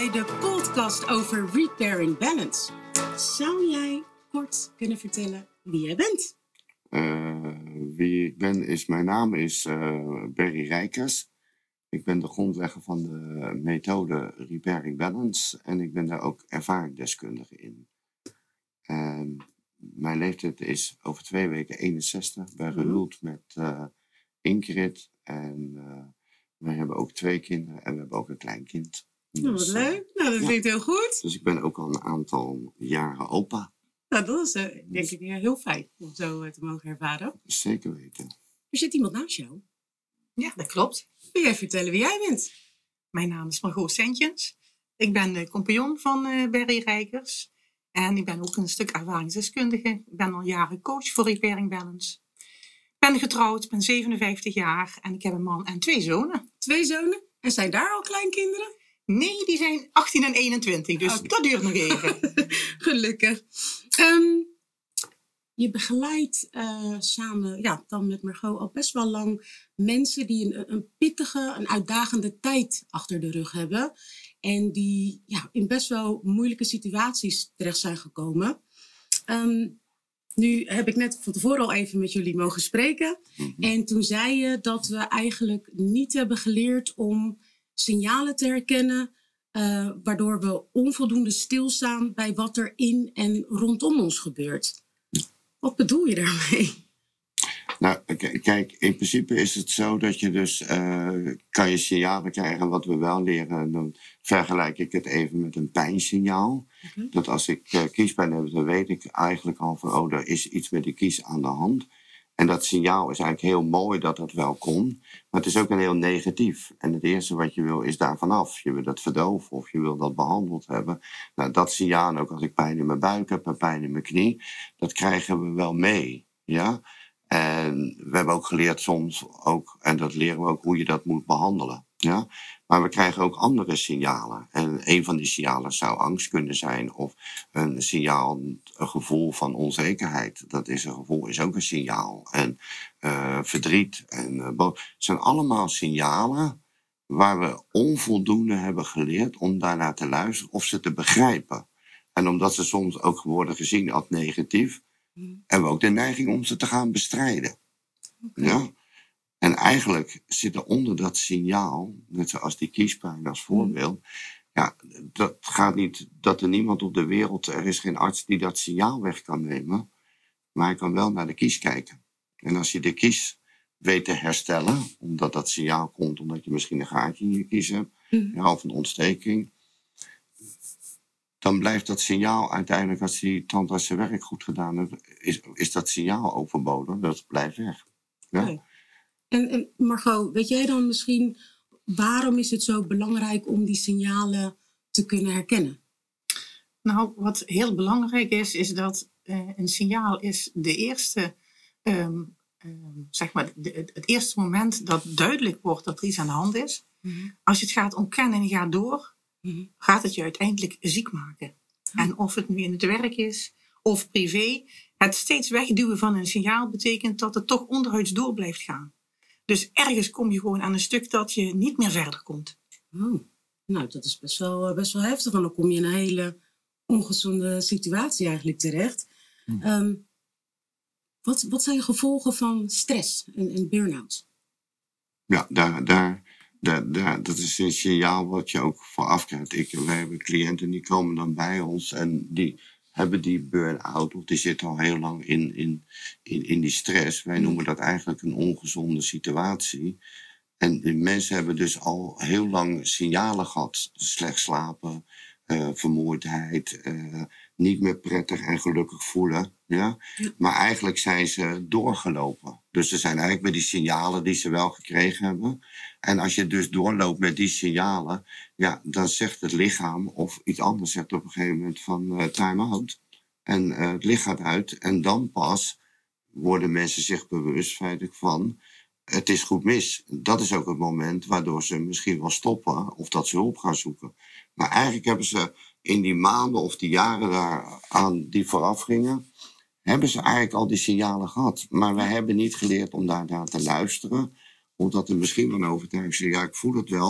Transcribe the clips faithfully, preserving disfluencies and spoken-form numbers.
bij de podcast over Repairing Balance. Zou jij kort kunnen vertellen wie jij bent? Uh, wie ik ben is, mijn naam is uh, Berry Rijkers. Ik ben de grondlegger van de methode Repairing Balance en ik ben daar ook ervaringsdeskundige in. En mijn leeftijd is over twee weken eenenzestig. Ik ben gehuwd met uh, Ingrid en uh, we hebben ook twee kinderen en we hebben ook een kleinkind. Dus, oh, wat leuk. Nou, dat ja. klinkt heel goed. Dus ik ben ook al een aantal jaren opa. Nou, dat is uh, denk dus... ik heel fijn om zo uh, te mogen ervaren. Zeker weten. Er zit iemand naast jou. Ja, dat klopt. Wil jij vertellen wie jij bent? Mijn naam is Margot Sentjens. Ik ben de compagnon van uh, Berry Rijkers. En ik ben ook een stuk ervaringsdeskundige. Ik ben al jaren coach voor Repairing Balance. Ik ben getrouwd, ben zevenenvijftig jaar en ik heb een man en twee zonen. Twee zonen? En zijn daar al kleinkinderen? Nee, die zijn achttien en eenentwintig, dus okay. Dat duurt nog even. Gelukkig. Um, je begeleidt uh, samen ja, dan met Margot al best wel lang mensen die een, een pittige, een uitdagende tijd achter de rug hebben. En die ja, in best wel moeilijke situaties terecht zijn gekomen. Um, nu heb ik net van tevoren al even met jullie mogen spreken. Mm-hmm. En toen zei je dat we eigenlijk niet hebben geleerd om signalen te herkennen, uh, waardoor we onvoldoende stilstaan bij wat er in en rondom ons gebeurt. Wat bedoel je daarmee? Nou, k- kijk, in principe is het zo dat je dus, uh, kan je signalen krijgen wat we wel leren. Dan vergelijk ik het even met een pijnsignaal. Okay. Dat als ik uh, kiespijn heb, dan weet ik eigenlijk al van, oh, er is iets met die kies aan de hand. En dat signaal is eigenlijk heel mooi dat dat wel komt. Maar het is ook een heel negatief. En het eerste wat je wil is daarvan af. Je wil dat verdoven of je wil dat behandeld hebben. Nou, dat signaal, ook als ik pijn in mijn buik heb en pijn in mijn knie, dat krijgen we wel mee. Ja? En we hebben ook geleerd soms, ook, en dat leren we ook, hoe je dat moet behandelen. Ja? Maar we krijgen ook andere signalen. En een van die signalen zou angst kunnen zijn. Of een signaal, een gevoel van onzekerheid. Dat is een gevoel, is ook een signaal. En uh, verdriet en uh, boos. Het zijn allemaal signalen waar we onvoldoende hebben geleerd om daarnaar te luisteren of ze te begrijpen. En omdat ze soms ook worden gezien als negatief, mm. hebben we ook de neiging om ze te gaan bestrijden. Okay. Ja? En eigenlijk zit er onder dat signaal, net zoals die kiespijn als voorbeeld, mm. ja, dat gaat niet dat er niemand op de wereld, er is geen arts die dat signaal weg kan nemen, maar hij kan wel naar de kies kijken. En als je de kies weet te herstellen, omdat dat signaal komt, omdat je misschien een gaatje in je kies hebt, mm. ja, of een ontsteking, dan blijft dat signaal uiteindelijk, als die tandarts zijn werk goed gedaan heeft, is, is dat signaal overbodig, dat blijft weg. Ja? Okay. En, en Margot, weet jij dan misschien, waarom is het zo belangrijk om die signalen te kunnen herkennen? Nou, wat heel belangrijk is, is dat uh, een signaal is de eerste, um, um, zeg maar, de, het eerste moment dat duidelijk wordt dat er iets aan de hand is. Mm-hmm. Als je het gaat ontkennen en je gaat door, mm-hmm. gaat het je uiteindelijk ziek maken. Mm. En of het nu in het werk is of privé, het steeds wegduwen van een signaal betekent dat het toch onderhuids door blijft gaan. Dus ergens kom je gewoon aan een stuk dat je niet meer verder komt. Oh, nou, dat is best wel, best wel heftig. Want dan kom je in een hele ongezonde situatie eigenlijk terecht. Hmm. Um, wat, wat zijn gevolgen van stress en, en burn-out? Ja, daar, daar, daar, daar, dat is een signaal wat je ook vooraf krijgt. Ik, wij hebben cliënten die komen dan bij ons en die hebben die burn-out, of die zitten al heel lang in, in, in, in die stress. Wij noemen dat eigenlijk een ongezonde situatie. En die mensen hebben dus al heel lang signalen gehad. Slecht slapen, uh, vermoeidheid, uh, niet meer prettig en gelukkig voelen. Ja? Maar eigenlijk zijn ze doorgelopen. Dus er zijn eigenlijk bij die signalen die ze wel gekregen hebben. En als je dus doorloopt met die signalen, ja, dan zegt het lichaam of iets anders zegt op een gegeven moment van uh, time out. En uh, het licht gaat uit en dan pas worden mensen zich bewust feitelijk van het is goed mis. Dat is ook het moment waardoor ze misschien wel stoppen of dat ze hulp gaan zoeken. Maar eigenlijk hebben ze in die maanden of die jaren daar aan die vooraf gingen, hebben ze eigenlijk al die signalen gehad. Maar wij hebben niet geleerd om daar naar te luisteren. Omdat er misschien wel een overtuiging is, ja, ik voel het wel,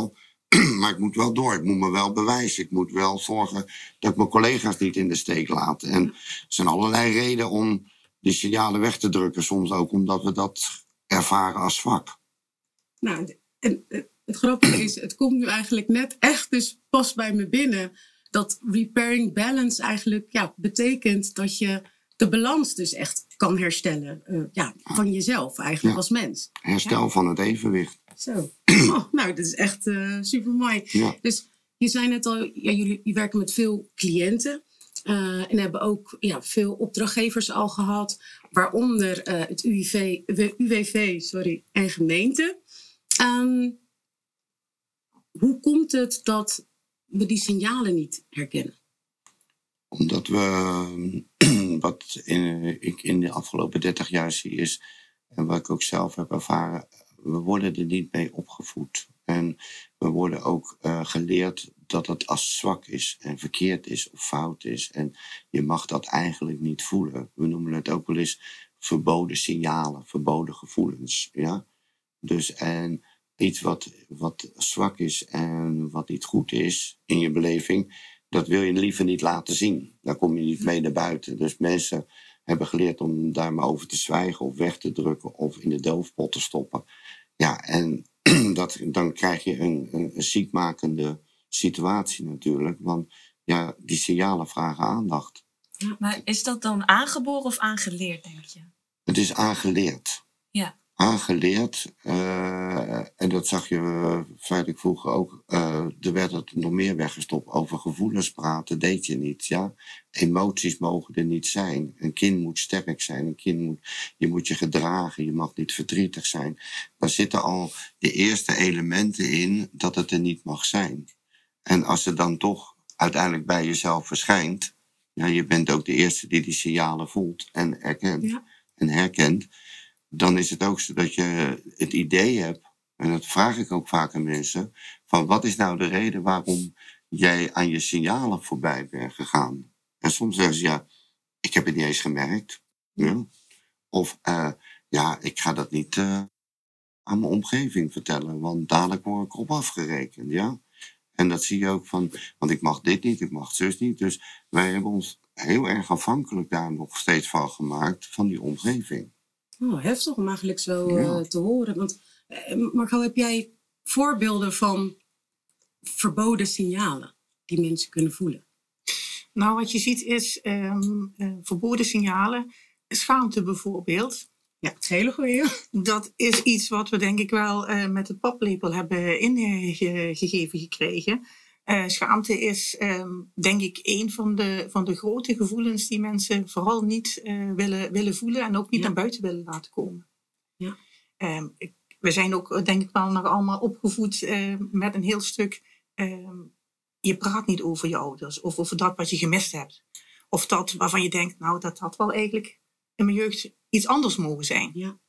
maar ik moet wel door. Ik moet me wel bewijzen. Ik moet wel zorgen dat ik mijn collega's niet in de steek laat. En er zijn allerlei redenen om die signalen weg te drukken. Soms ook omdat we dat ervaren als zwak. Nou, en eh, het grappige is, het komt nu eigenlijk net echt dus pas bij me binnen. Dat repairing balance eigenlijk ja, betekent dat je de balans dus echt kan herstellen. Uh, ja, van jezelf eigenlijk Ja. als mens. Herstel Ja. van het evenwicht. Zo. Oh, nou, dat is echt uh, super mooi. Ja. Dus je zei net al, ja, jullie, jullie werken met veel cliënten. Uh, en hebben ook ja, veel opdrachtgevers al gehad. Waaronder uh, het U W V, U W V sorry, en gemeenten. Um, hoe komt het dat we die signalen niet herkennen? Omdat we, wat in, ik in de afgelopen dertig jaar zie is, en wat ik ook zelf heb ervaren, we worden er niet mee opgevoed. En we worden ook uh, geleerd dat het als zwak is en verkeerd is of fout is. En je mag dat eigenlijk niet voelen. We noemen het ook wel eens verboden signalen, verboden gevoelens. Ja? Dus en iets wat, wat zwak is en wat niet goed is in je beleving, dat wil je liever niet laten zien. Daar kom je niet mee naar buiten. Dus mensen hebben geleerd om daar maar over te zwijgen of weg te drukken of in de doofpot te stoppen. Ja, en dat, dan krijg je een, een, een ziekmakende situatie natuurlijk. Want ja, die signalen vragen aandacht. Maar is dat dan aangeboren of aangeleerd, denk je? Het is aangeleerd. Ja. Aangeleerd. Uh, en dat zag je uh, feitelijk vroeger ook. Uh, er werd het nog meer weggestopt. Over gevoelens praten deed je niet. Ja? Emoties mogen er niet zijn. Een kind moet sterk zijn. Een kind moet, je moet je gedragen. Je mag niet verdrietig zijn. Daar zitten al de eerste elementen in dat het er niet mag zijn. En als het dan toch uiteindelijk bij jezelf verschijnt. Ja, je bent ook de eerste die die signalen voelt en erkent ja. en herkent. Dan is het ook zo dat je het idee hebt, en dat vraag ik ook vaak aan mensen, van wat is nou de reden waarom jij aan je signalen voorbij bent gegaan? En soms zeggen ze, ja, ik heb het niet eens gemerkt. Ja? Of, uh, ja, ik ga dat niet uh, aan mijn omgeving vertellen, want dadelijk word ik op afgerekend, ja. En dat zie je ook van, want ik mag dit niet, ik mag zus niet. Dus wij hebben ons heel erg afhankelijk daar nog steeds van gemaakt, van die omgeving. Oh, heftig om eigenlijk zo ja. uh, te horen. Want, uh, Margot, heb jij voorbeelden van verboden signalen die mensen kunnen voelen? Nou, wat je ziet is um, uh, verboden signalen. Schaamte bijvoorbeeld. Ja, het is hele goeie. Dat is iets wat we denk ik wel uh, met de paplepel hebben ingegeven gekregen. Uh, schaamte is um, denk ik een van de, van de grote gevoelens die mensen vooral niet uh, willen, willen voelen en ook niet ja. naar buiten willen laten komen. Ja. Um, ik, we zijn ook denk ik wel nog allemaal opgevoed uh, met een heel stuk, um, je praat niet over je ouders of over dat wat je gemist hebt. Of dat waarvan je denkt, nou dat had wel eigenlijk in mijn jeugd iets anders mogen zijn. Ja.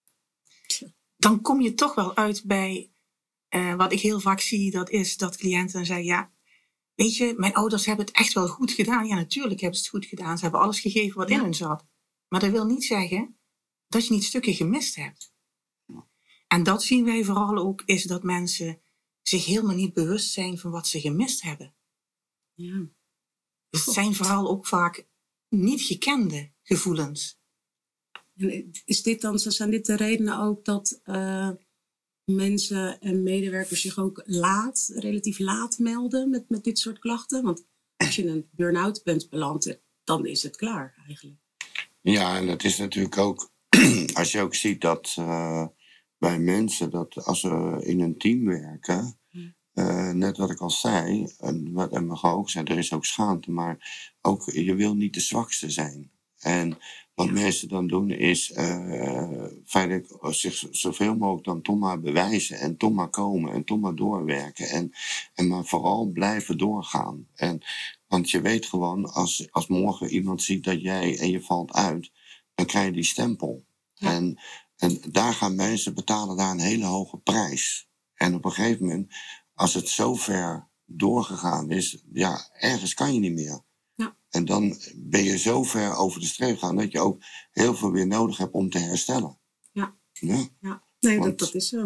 Dan kom je toch wel uit bij uh, wat ik heel vaak zie, dat is dat cliënten zeggen, ja, weet je, mijn ouders hebben het echt wel goed gedaan. Ja, natuurlijk hebben ze het goed gedaan. Ze hebben alles gegeven wat ja. in hun zat. Maar dat wil niet zeggen dat je niet stukken gemist hebt. En dat zien wij vooral ook, is dat mensen zich helemaal niet bewust zijn van wat ze gemist hebben. Ja. Dus het zijn vooral ook vaak niet gekende gevoelens. En is dit dan, zijn dit de redenen ook dat uh, mensen en medewerkers zich ook laat, relatief laat melden met, met dit soort klachten? Want als je in een burn-out bent beland, dan is het klaar eigenlijk. Ja, en dat is natuurlijk ook, als je ook ziet dat uh, bij mensen, dat als ze in een team werken, uh, net wat ik al zei, en wat Emma ook zei, er is ook schaamte, maar ook je wil niet de zwakste zijn. En wat ja. mensen dan doen is uh, feitelijk zich zoveel mogelijk dan toch maar bewijzen en toch maar komen en toch maar doorwerken en, en maar vooral blijven doorgaan. En, want je weet gewoon, als, als morgen iemand ziet dat jij en je valt uit, dan krijg je die stempel. Ja. En, en daar gaan mensen betalen daar een hele hoge prijs. En op een gegeven moment, als het zo ver doorgegaan is, ja, ergens kan je niet meer. Ja. En dan ben je zo ver over de streep gegaan dat je ook heel veel weer nodig hebt om te herstellen. Ja, ja? ja. Nee, Want, dat, dat is zo.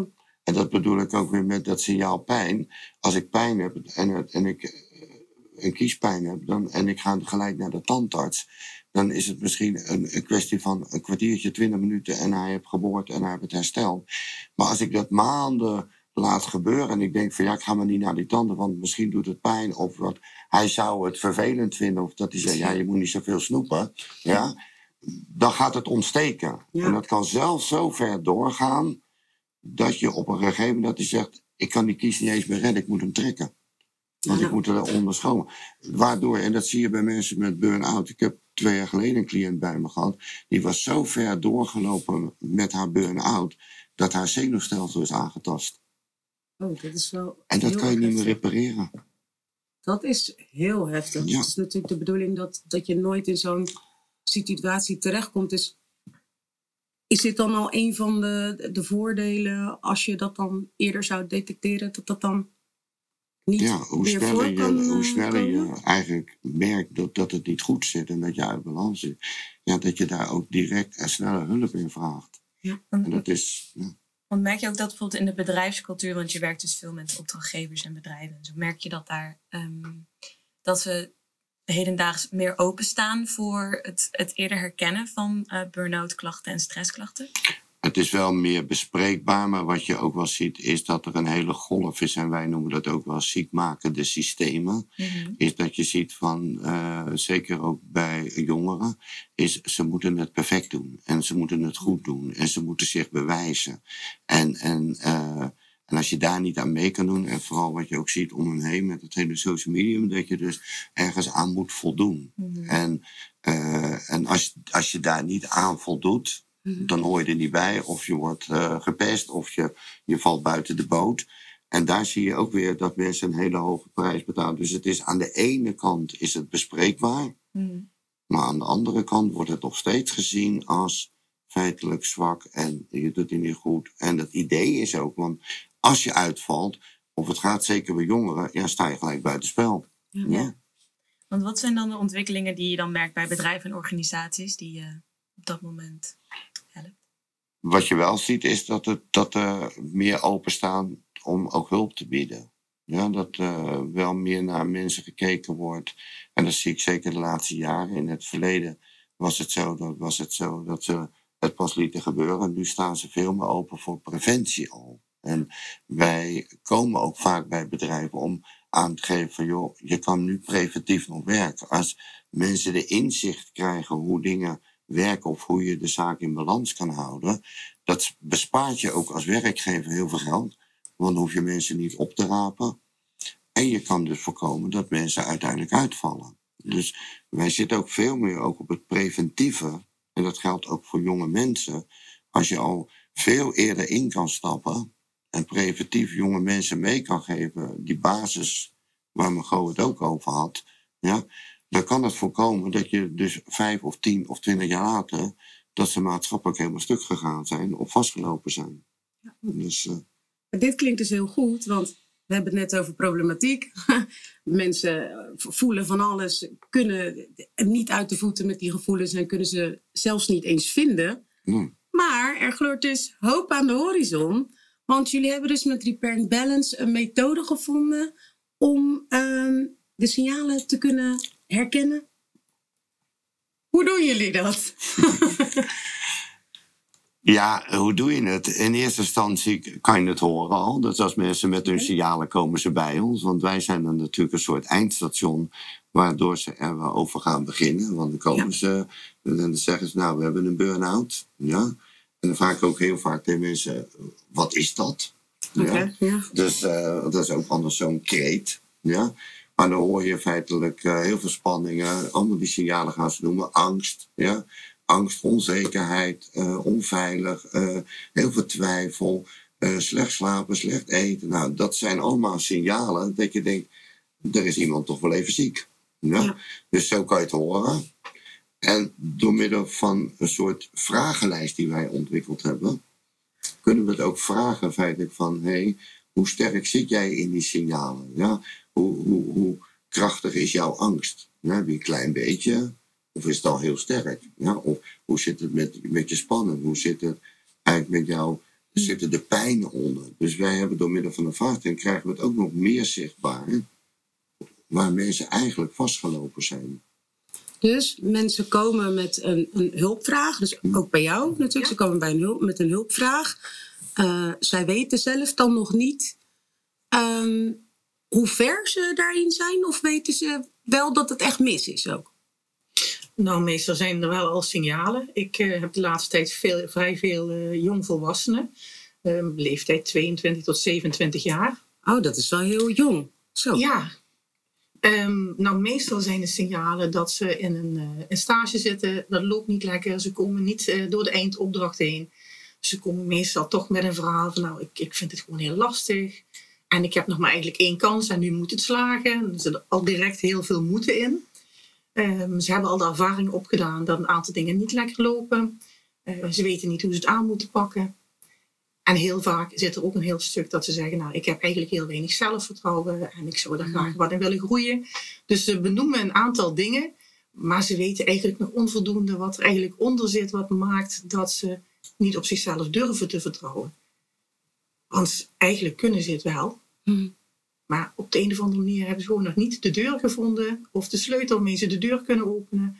En dat bedoel ik ook weer met dat signaal pijn. Als ik pijn heb en, het- en ik eh, een kiespijn heb dan, en ik ga gelijk naar de tandarts, dan is het misschien een, een kwestie van een kwartiertje, twintig minuten en hij heeft geboord en hij heeft het hersteld. Maar als ik dat maanden laat gebeuren en ik denk van ja, ik ga maar niet naar die tanden, want misschien doet het pijn of wat. Hij zou het vervelend vinden of dat hij zegt ja, je moet niet zoveel snoepen. Ja, dan gaat het ontsteken. Ja. En dat kan zelfs zo ver doorgaan dat je op een gegeven moment dat hij zegt, ik kan die kies niet eens meer redden, ik moet hem trekken. Want Ja. ik moet er onderschoon. Waardoor, en dat zie je bij mensen met burn-out. Ik heb twee jaar geleden een cliënt bij me gehad. Die was zo ver doorgelopen met haar burn-out, dat haar zenuwstelsel is aangetast. Oh, dat is wel En dat heel kan je erg niet meer heftig. repareren. Dat is heel heftig. Ja. Het is natuurlijk de bedoeling dat, dat je nooit in zo'n situatie terechtkomt. Dus is dit dan al een van de, de voordelen als je dat dan eerder zou detecteren, dat dat dan niet Ja, hoe meer sneller, voor kan je, hoe eh, sneller je komen? eigenlijk merkt dat, dat het niet goed zit en dat je uit balans zit, ja, dat je daar ook direct en sneller hulp in vraagt. En Want, dat is, ja. want merk je ook dat bijvoorbeeld in de bedrijfscultuur, want je werkt dus veel met opdrachtgevers en bedrijven en zo, merk je dat daar ehm, dat we hedendaags meer openstaan voor het, het eerder herkennen van eh burn-out klachten en stressklachten? Het is wel meer bespreekbaar, maar wat je ook wel ziet is dat er een hele golf is, en wij noemen dat ook wel ziekmakende systemen. Mhm. Is dat je ziet van, uh, zeker ook bij jongeren, is ze moeten het perfect doen. En ze moeten het goed doen. En ze moeten zich bewijzen. En, en, uh, en als je daar niet aan mee kan doen, en vooral wat je ook ziet om hem heen met het hele social medium, dat je dus ergens aan moet voldoen. Mhm. En, uh, en als, als je daar niet aan voldoet, dan hoor je er niet bij, of je wordt uh, gepest, of je, je valt buiten de boot. En daar zie je ook weer dat mensen een hele hoge prijs betalen. Dus het is aan de ene kant is het bespreekbaar, Mhm. maar aan de andere kant wordt het nog steeds gezien als feitelijk zwak en je doet het niet goed. En dat idee is ook, want als je uitvalt, of het gaat zeker bij jongeren, ja, sta je gelijk buitenspel. Ja. Ja. Ja. Want wat zijn dan de ontwikkelingen die je dan merkt bij bedrijven en organisaties die je op dat moment helpt? Wat je wel ziet is dat, het, dat er meer openstaan om ook hulp te bieden. Ja, dat er wel meer naar mensen gekeken wordt. En dat zie ik zeker de laatste jaren. In het verleden was het zo dat, was het zo dat ze het pas lieten gebeuren. Nu staan ze veel meer open voor preventie al. En wij komen ook vaak bij bedrijven om aan te geven van, joh, je kan nu preventief nog werken. Als mensen de inzicht krijgen hoe dingen werken of hoe je de zaak in balans kan houden, dat bespaart je ook als werkgever heel veel geld. Want dan hoef je mensen niet op te rapen. En je kan dus voorkomen dat mensen uiteindelijk uitvallen. Dus wij zitten ook veel meer ook op het preventieve. En dat geldt ook voor jonge mensen. Als je al veel eerder in kan stappen en preventief jonge mensen mee kan geven, die basis waar Margot het ook over had, ja, dan kan het voorkomen dat je dus vijf of tien of twintig jaar later, dat ze maatschappelijk helemaal stuk gegaan zijn of vastgelopen zijn. Dus, uh, Dit klinkt dus heel goed, want we hebben het net over problematiek. Mensen voelen van alles, kunnen niet uit de voeten met die gevoelens en kunnen ze zelfs niet eens vinden. nee. Maar er gloort dus hoop aan de horizon. Want jullie hebben dus met Repair and Balance een methode gevonden om uh, de signalen te kunnen herkennen. Hoe doen jullie dat? Ja, hoe doe je het? In eerste instantie kan je het horen al. Dat als mensen met hun signalen komen ze bij ons. Want wij zijn dan natuurlijk een soort eindstation waardoor ze er over gaan beginnen. Want dan komen ja. ze en dan zeggen ze, nou, we hebben een burn-out. Ja. En dan vraag ik ook heel vaak tegen mensen, wat is dat? Ja. Okay, ja. Dus uh, dat is ook anders zo'n kreet. Ja. Maar dan hoor je feitelijk uh, heel veel spanningen. Allemaal die signalen gaan ze noemen. Angst, ja. Angst, onzekerheid, uh, onveilig, uh, heel veel twijfel, uh, slecht slapen, slecht eten. Nou, dat zijn allemaal signalen dat je denkt, er is iemand toch wel even ziek. Ja? Ja. Dus zo kan je het horen. En door middel van een soort vragenlijst die wij ontwikkeld hebben, kunnen we het ook vragen feitelijk van, hey, hoe sterk zit jij in die signalen? Ja? Hoe, hoe, hoe krachtig is jouw angst? Ja, heb je een klein beetje? Of is het al heel sterk? Ja? Of hoe zit het met, met je spanning? Hoe zit het eigenlijk met jouw zitten de pijnen onder. Dus wij hebben door middel van de vasting krijgen we het ook nog meer zichtbaar. Waar mensen eigenlijk vastgelopen zijn. Dus mensen komen met een, een hulpvraag. Dus ook bij jou natuurlijk. Ja. Ze komen bij een hulp, met een hulpvraag. Uh, zij weten zelf dan nog niet um, hoe ver ze daarin zijn. Of weten ze wel dat het echt mis is ook? Nou, meestal zijn er wel al signalen. Ik uh, heb de laatste tijd veel, vrij veel uh, jongvolwassenen. Uh, leeftijd tweeëntwintig tot zevenentwintig jaar. Oh, dat is wel heel jong. Zo. Ja. Um, nou, meestal zijn de signalen dat ze in een, uh, een stage zitten. Dat loopt niet lekker. Ze komen niet uh, door de eindopdracht heen. Ze komen meestal toch met een verhaal van... nou, ik, ik vind het gewoon heel lastig. En ik heb nog maar eigenlijk één kans en nu moet het slagen. Er zit al direct heel veel moeten in. Um, ze hebben al de ervaring opgedaan dat een aantal dingen niet lekker lopen. Uh, ze weten niet hoe ze het aan moeten pakken. En heel vaak zit er ook een heel stuk dat ze zeggen... nou, ik heb eigenlijk heel weinig zelfvertrouwen... en ik zou daar graag wat in willen groeien. Dus ze benoemen een aantal dingen... maar ze weten eigenlijk nog onvoldoende wat er eigenlijk onder zit... wat maakt dat ze niet op zichzelf durven te vertrouwen. Want eigenlijk kunnen ze het wel... Hmm. maar op de een of andere manier hebben ze gewoon nog niet de deur gevonden... of de sleutel waarmee ze de deur kunnen openen...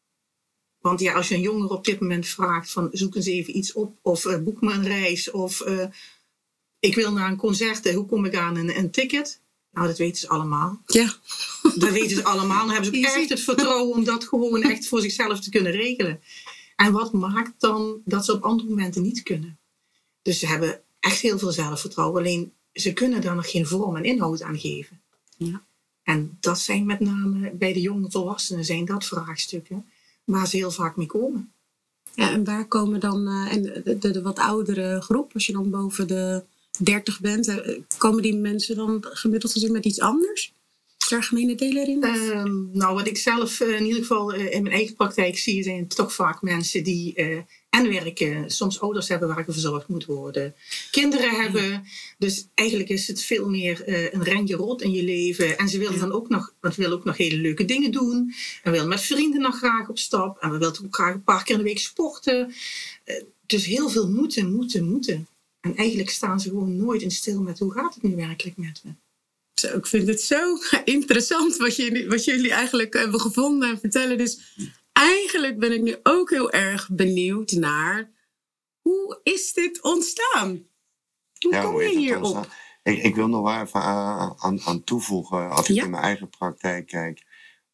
Want ja, als je een jongere op dit moment vraagt van zoek eens even iets op of uh, boek me een reis of uh, ik wil naar een concert, uh, hoe kom ik aan een, een ticket? Nou, dat weten ze allemaal. Ja. Dat weten ze allemaal. Dan hebben ze ook echt het vertrouwen om dat gewoon echt voor zichzelf te kunnen regelen. En wat maakt dan dat ze op andere momenten niet kunnen? Dus ze hebben echt heel veel zelfvertrouwen, alleen ze kunnen daar nog geen vorm en inhoud aan geven. Ja. En dat zijn met name bij de jonge volwassenen zijn dat vraagstukken. Waar ze heel vaak mee komen. Ja, en waar komen dan, uh, en de, de, de wat oudere groep, als je dan boven de dertig bent, uh, komen die mensen dan gemiddeld gezien met iets anders? Is daar gemene delen in? Um, nou, wat ik zelf uh, in ieder geval uh, in mijn eigen praktijk zie, zijn toch vaak mensen die uh, en werken, soms ouders hebben waar verzorgd moet worden, kinderen ja. hebben. Dus eigenlijk is het veel meer uh, een randje rood in je leven. En ze willen ja. dan ook nog, want willen ook nog hele leuke dingen doen. En willen met vrienden nog graag op stap. En we willen ook graag een paar keer in de week sporten. Uh, dus heel veel moeten, moeten, moeten. En eigenlijk staan ze gewoon nooit in stil met hoe gaat het nu werkelijk met me. Zo, ik vind het zo interessant wat jullie, wat jullie eigenlijk hebben gevonden en vertellen. Dus eigenlijk ben ik nu ook heel erg benieuwd naar... hoe is dit ontstaan? Hoe ja, kom hoe je is het hierop? ontstaan? Ik, ik wil nog wel even aan, aan, aan toevoegen. Als ik Ja. in mijn eigen praktijk kijk...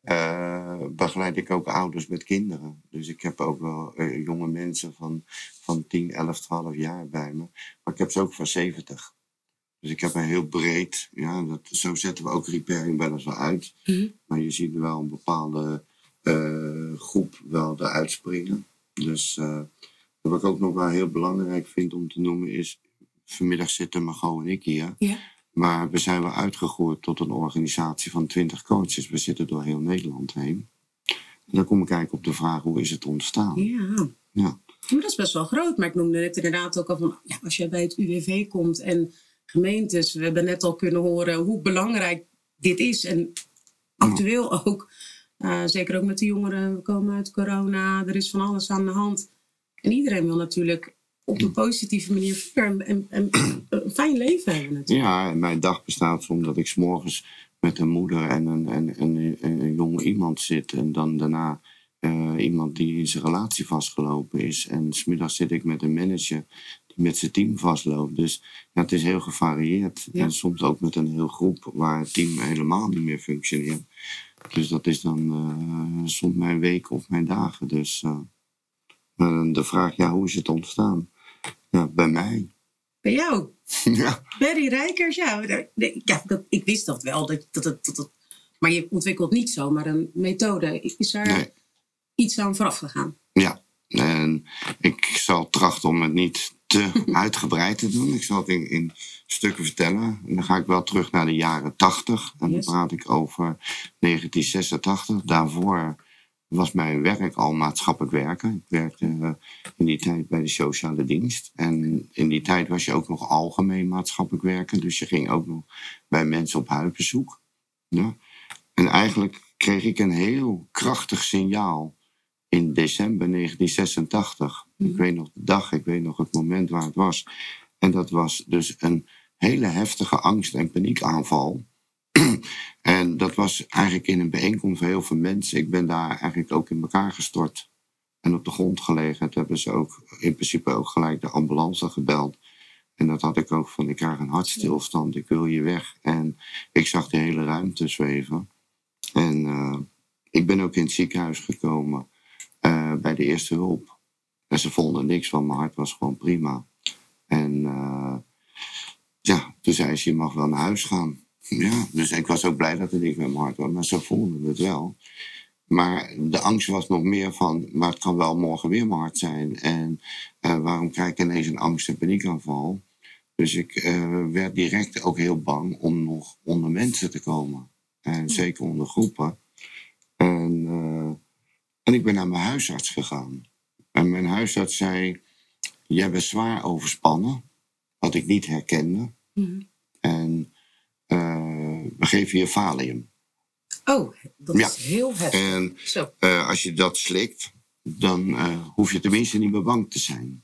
Uh, begeleid ik ook ouders met kinderen. Dus ik heb ook wel uh, jonge mensen van, van tien, elf, twaalf jaar bij me. Maar ik heb ze ook van zeventig. Dus ik heb een heel breed... Ja, dat, zo zetten we ook repairing wel eens wel uit. Mm-hmm. Maar je ziet er wel een bepaalde uh, groep wel eruit springen. Dus uh, wat ik ook nog wel heel belangrijk vind om te noemen is... Vanmiddag zitten Margot en ik hier. Ja. Maar we zijn wel uitgegroeid tot een organisatie van twintig coaches. We zitten door heel Nederland heen. En dan kom ik eigenlijk op de vraag, hoe is het ontstaan? Ja. Ja. Maar dat is best wel groot. Maar ik noemde net inderdaad ook al van... Ja, als je bij het U W V komt en gemeentes... We hebben net al kunnen horen hoe belangrijk dit is. En actueel ook. Uh, zeker ook met de jongeren. We komen uit corona. Er is van alles aan de hand. En iedereen wil natuurlijk... op een positieve manier verder en, en, en een fijn leven hebben natuurlijk. Ja, en mijn dag bestaat soms dat ik 's morgens met een moeder en een, en, en, en een jong iemand zit. En dan daarna uh, iemand die in zijn relatie vastgelopen is. En 's middags zit ik met een manager die met zijn team vastloopt. Dus ja, het is heel gevarieerd. Ja. En soms ook met een heel groep waar het team helemaal niet meer functioneert. Dus dat is dan uh, soms mijn weken of mijn dagen. Dus uh, de vraag, ja, hoe is het ontstaan? Ja, bij mij. Bij jou? Ja. Berry Rijkers, ja. ja dat, ik wist dat wel. Dat, dat, dat, dat, maar je ontwikkelt niet zomaar een methode. Is er nee. iets aan vooraf gegaan? Ja. En ik zal trachten om het niet te uitgebreid te doen. Ik zal het in, in stukken vertellen. En dan ga ik wel terug naar de jaren tachtig. En yes. dan praat ik over negentien zesentachtig. Daarvoor... was mijn werk al maatschappelijk werken. Ik werkte uh, in die tijd bij de sociale dienst. En in die tijd was je ook nog algemeen maatschappelijk werken. Dus je ging ook nog bij mensen op huisbezoek. Ja. En eigenlijk kreeg ik een heel krachtig signaal in december negentien zesentachtig. Mm. Ik weet nog de dag, ik weet nog het moment waar het was. En dat was dus een hele heftige angst- en paniekaanval. En dat was eigenlijk in een bijeenkomst van heel veel mensen. Ik ben daar eigenlijk ook in elkaar gestort. En op de grond gelegen. Toen hebben ze ook in principe ook gelijk de ambulance gebeld. En dat had ik ook van, ik krijg een hartstilstand, ik wil hier weg. En ik zag de hele ruimte zweven. En uh, ik ben ook in het ziekenhuis gekomen uh, bij de eerste hulp. En ze vonden niks van, mijn hart was gewoon prima. En uh, ja, toen zei ze, je mag wel naar huis gaan. Ja, dus ik was ook blij dat er niks met mijn hart was, maar ze voelden het wel. Maar de angst was nog meer van, maar het kan wel morgen weer mijn hart zijn. En uh, waarom krijg ik ineens een angst- en paniekaanval? Dus ik uh, werd direct ook heel bang om nog onder mensen te komen. En ja. Zeker onder groepen. En, uh, en ik ben naar mijn huisarts gegaan. En mijn huisarts zei, jij bent zwaar overspannen. Wat ik niet herkende. Mm-hmm. En uh, we geven je Valium. Oh, dat ja. is heel heftig. En uh, als je dat slikt, dan uh, hoef je tenminste niet meer bang te zijn.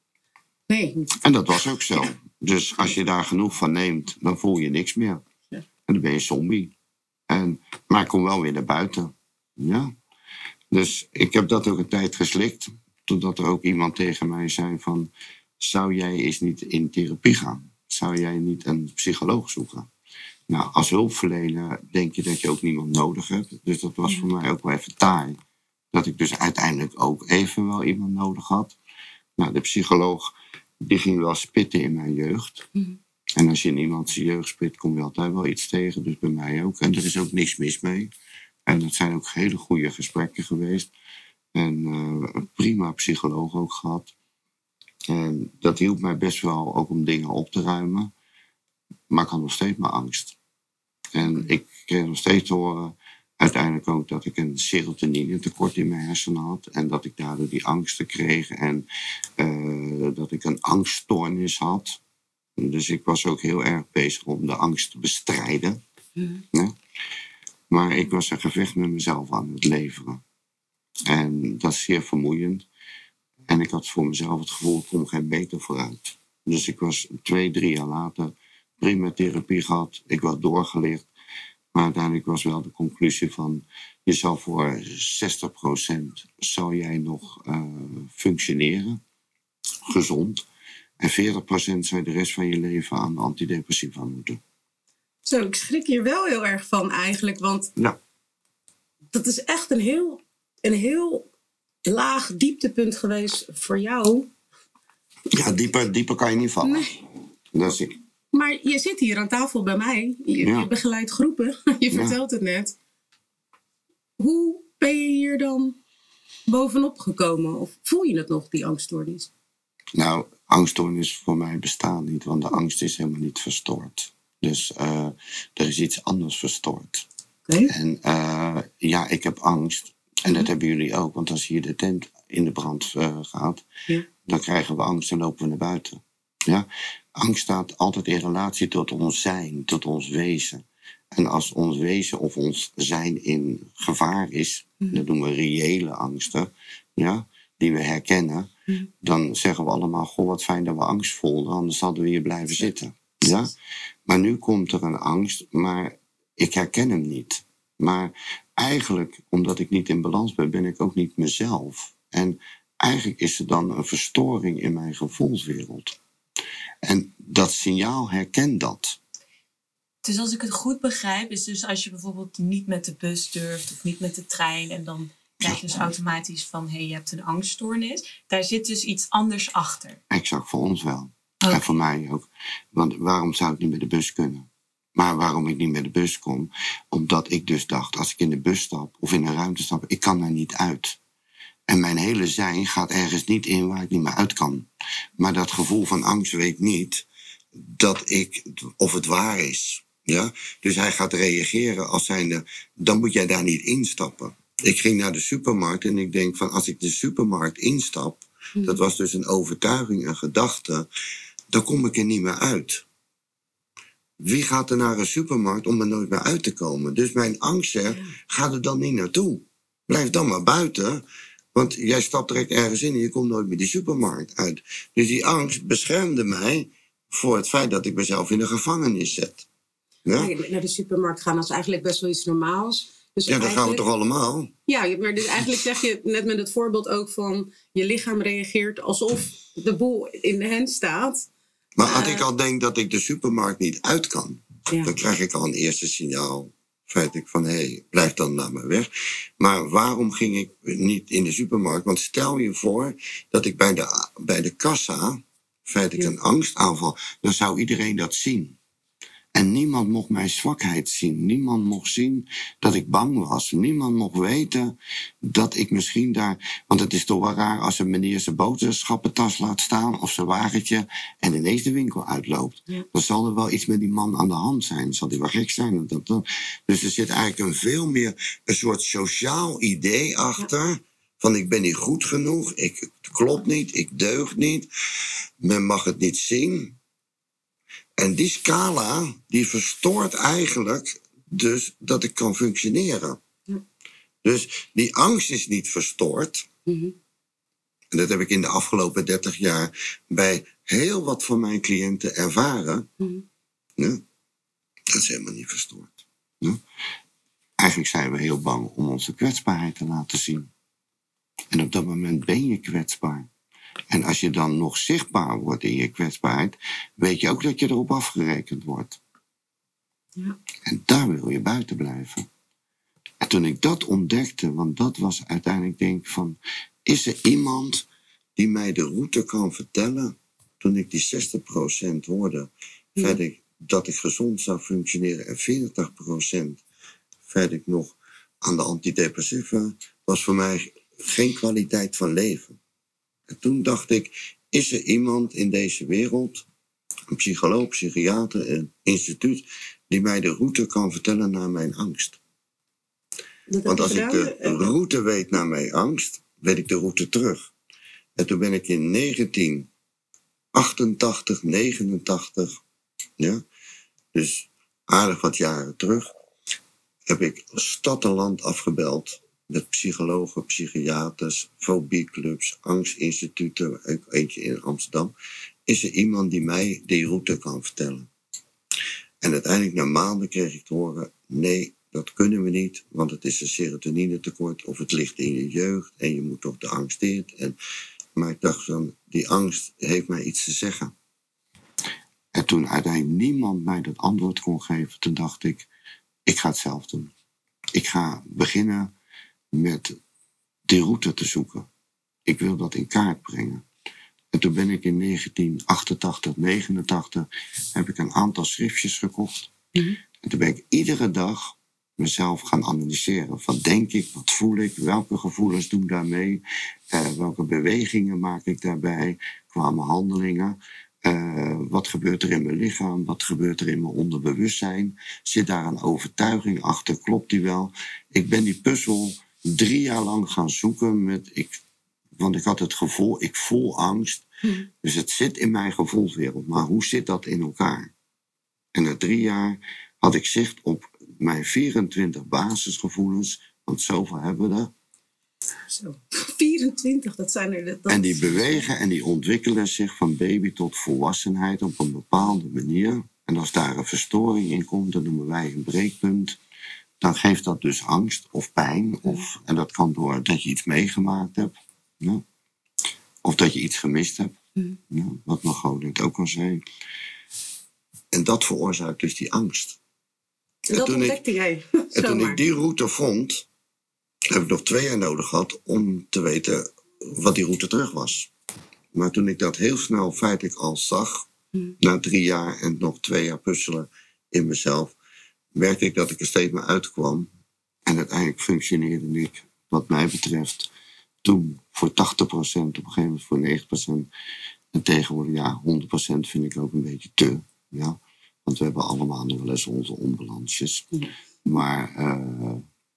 Nee. En dat was ook zo. Dus als je daar genoeg van neemt, dan voel je niks meer. Ja. En dan ben je zombie. En, maar ik kom wel weer naar buiten. Ja. Dus ik heb dat ook een tijd geslikt. Totdat er ook iemand tegen mij zei van, zou jij eens niet in therapie gaan? Zou jij niet een psycholoog zoeken? Nou, als hulpverlener denk je dat je ook niemand nodig hebt. Dus dat was voor mij ook wel even taai. Dat ik dus uiteindelijk ook even wel iemand nodig had. Nou, de psycholoog, die ging wel spitten in mijn jeugd. Mm-hmm. En als je in iemand zijn jeugd spit, kom je altijd wel iets tegen. Dus bij mij ook. En er is ook niks mis mee. En dat zijn ook hele goede gesprekken geweest. En uh, een prima psycholoog ook gehad. En dat hielp mij best wel ook om dingen op te ruimen. Maar ik had nog steeds mijn angst. En ik kreeg nog steeds te horen, uiteindelijk ook, dat ik een serotonine tekort in mijn hersenen had. En dat ik daardoor die angsten kreeg. En uh, dat ik een angststoornis had. Dus ik was ook heel erg bezig om de angst te bestrijden. Mm. Ja? Maar ik was een gevecht met mezelf aan het leveren. En dat is zeer vermoeiend. En ik had voor mezelf het gevoel, ik kom geen beter vooruit. Dus ik was twee, drie jaar later prima therapie gehad. Ik was doorgelicht. Maar uiteindelijk was wel de conclusie van, je zal voor zestig procent zal jij nog uh, functioneren. Gezond. En veertig procent zou je de rest van je leven aan antidepressiva moeten. Zo, ik schrik hier wel heel erg van eigenlijk. Want ja. dat is echt een heel, een heel laag dieptepunt geweest voor jou. Ja, dieper, dieper kan je niet vallen. Nee. Dat is ik. Maar je zit hier aan tafel bij mij. Je, ja. je begeleidt groepen. Je vertelt ja. het net. Hoe ben je hier dan bovenop gekomen? Of voel je het nog, die angststoornis? Nou, angststoornis voor mij bestaat niet. Want de angst is helemaal niet verstoord. Dus uh, er is iets anders verstoord. Okay. En uh, ja, ik heb angst. En dat hebben jullie ook. Want als hier de tent in de brand uh, gaat, ja. dan krijgen we angst en lopen we naar buiten. Ja? Angst staat altijd in relatie tot ons zijn, tot ons wezen. En als ons wezen of ons zijn in gevaar is, mm. dat noemen we reële angsten, ja, die we herkennen, mm. dan zeggen we allemaal, goh, wat fijn dat we angst voelden, anders hadden we hier blijven zitten. Ja? Maar nu komt er een angst, maar ik herken hem niet. Maar eigenlijk, omdat ik niet in balans ben, ben ik ook niet mezelf. En eigenlijk is er dan een verstoring in mijn gevoelswereld. En dat signaal herkent dat. Dus als ik het goed begrijp, is dus als je bijvoorbeeld niet met de bus durft of niet met de trein en dan krijg je dus automatisch van, hé, hey, je hebt een angststoornis. Daar zit dus iets anders achter. Exact, voor ons wel. Okay. En voor mij ook. Want waarom zou ik niet met de bus kunnen? Maar waarom ik niet met de bus kom? Omdat ik dus dacht, als ik in de bus stap of in een ruimte stap, ik kan daar niet uit. En mijn hele zijn gaat ergens niet in waar ik niet meer uit kan. Maar dat gevoel van angst weet niet dat ik, of het waar is. Ja? Dus hij gaat reageren als zijnde, dan moet jij daar niet instappen. Ik ging naar de supermarkt en ik denk van, als ik de supermarkt instap, hmm. dat was dus een overtuiging, een gedachte, dan kom ik er niet meer uit. Wie gaat er naar een supermarkt om er nooit meer uit te komen? Dus mijn angst zegt, ga er dan niet naartoe. Blijf dan maar buiten. Want jij stapt direct ergens in en je komt nooit meer die supermarkt uit. Dus die angst beschermde mij voor het feit dat ik mezelf in een gevangenis zet. Ja, Ja, naar de supermarkt gaan, dat is eigenlijk best wel iets normaals. Dus ja dat gaan we eigenlijk- toch allemaal? Ja, maar dus eigenlijk zeg je net met het voorbeeld ook van... je lichaam reageert alsof de boel in de hand staat. Maar als Eh. ik al denk dat ik de supermarkt niet uit kan... Ja. dan krijg ik al een eerste signaal... feitelijk van, hé, hey, blijf dan naar me weg. Maar waarom ging ik niet in de supermarkt? Want stel je voor dat ik bij de, bij de kassa... feitelijk Ja. een angstaanval... dan zou iedereen dat zien. En niemand mocht mijn zwakheid zien. Niemand mocht zien dat ik bang was. Niemand mocht weten dat ik misschien daar... Want het is toch wel raar als een meneer zijn boodschappentas laat staan... of zijn wagentje en ineens de winkel uitloopt. Ja. Dan zal er wel iets met die man aan de hand zijn. Zal hij wel gek zijn? Dat, dat. Dus er zit eigenlijk een veel meer... een soort sociaal idee achter... van ik ben niet goed genoeg, ik het klopt niet, ik deug niet... men mag het niet zien... En die scala, die verstoort eigenlijk dus dat ik kan functioneren. Ja. Dus die angst is niet verstoord. Mhm. En dat heb ik in de afgelopen dertig jaar bij heel wat van mijn cliënten ervaren. Mhm. Ja, dat is helemaal niet verstoord. Ja. Eigenlijk zijn we heel bang om onze kwetsbaarheid te laten zien. En op dat moment ben je kwetsbaar. En als je dan nog zichtbaar wordt in je kwetsbaarheid... weet je ook dat je erop afgerekend wordt. Ja. En daar wil je buiten blijven. En toen ik dat ontdekte, want dat was uiteindelijk denk ik van... is er iemand die mij de route kan vertellen... toen ik die zestig procent hoorde... Ja. verder dat ik gezond zou functioneren... en veertig procent verder nog aan de antidepressiva... was voor mij geen kwaliteit van leven. En toen dacht ik, is er iemand in deze wereld... een psycholoog, psychiater, een instituut... die mij de route kan vertellen naar mijn angst. Dat Want heb als je ik gedaan? de Eh, route weet naar mijn angst... weet ik de route terug. En toen ben ik in negentien achtentachtig, negenentachtig... Ja, dus aardig wat jaren terug... heb ik stad en land afgebeld... met psychologen, psychiaters, fobieclubs, angstinstituten, ook eentje in Amsterdam. Is er iemand die mij die route kan vertellen? En uiteindelijk na maanden kreeg ik te horen, nee, dat kunnen we niet, want het is een serotonine tekort of het ligt in je jeugd en je moet toch de angst dit. En, maar ik dacht van, die angst heeft mij iets te zeggen. En toen uiteindelijk niemand mij dat antwoord kon geven, toen dacht ik, ik ga het zelf doen. Ik ga beginnen met die route te zoeken. Ik wil dat in kaart brengen. En toen ben ik in negentien achtentachtig, negenentachtig... heb ik een aantal schriftjes gekocht. Mhm. En toen ben ik iedere dag mezelf gaan analyseren. Wat denk ik, wat voel ik, welke gevoelens doen daarmee... Uh, welke bewegingen maak ik daarbij, qua mijn handelingen... Uh, wat gebeurt er in mijn lichaam? Wat gebeurt er in mijn onderbewustzijn? Zit daar een overtuiging achter? Klopt die wel? Ik ben die puzzel drie jaar lang gaan zoeken. Met ik, want ik had het gevoel, ik voel angst. Hmm. Dus het zit in mijn gevoelswereld. Maar hoe zit dat in elkaar? En na drie jaar had ik zicht op mijn vierentwintig basisgevoelens. Want zoveel hebben we er. Zo. vierentwintig, dat zijn er... Dat, En die bewegen en die ontwikkelen zich van baby tot volwassenheid op een bepaalde manier. En als daar een verstoring in komt, dat noemen wij een breekpunt. Dan geeft dat dus angst of pijn. Of, en dat kan door dat je iets meegemaakt hebt. Ja. Of dat je iets gemist hebt. Mm. Ja, wat Margot net ook al zei. En dat veroorzaakt dus die angst. En dat toen ik- ontdekte jij. En toen Zomaar. ik die route vond, heb ik nog twee jaar nodig gehad om te weten wat die route terug was. Maar toen ik dat heel snel feitelijk al zag, Hmm. na drie jaar en nog twee jaar puzzelen in mezelf, merkte ik dat ik er steeds meer uitkwam. En uiteindelijk functioneerde ik, wat mij betreft, toen voor tachtig procent, op een gegeven moment voor negentig procent. En tegenwoordig, ja, honderd procent vind ik ook een beetje te. Ja? Want we hebben allemaal nog wel eens onze onbalansjes. Ja. Maar uh,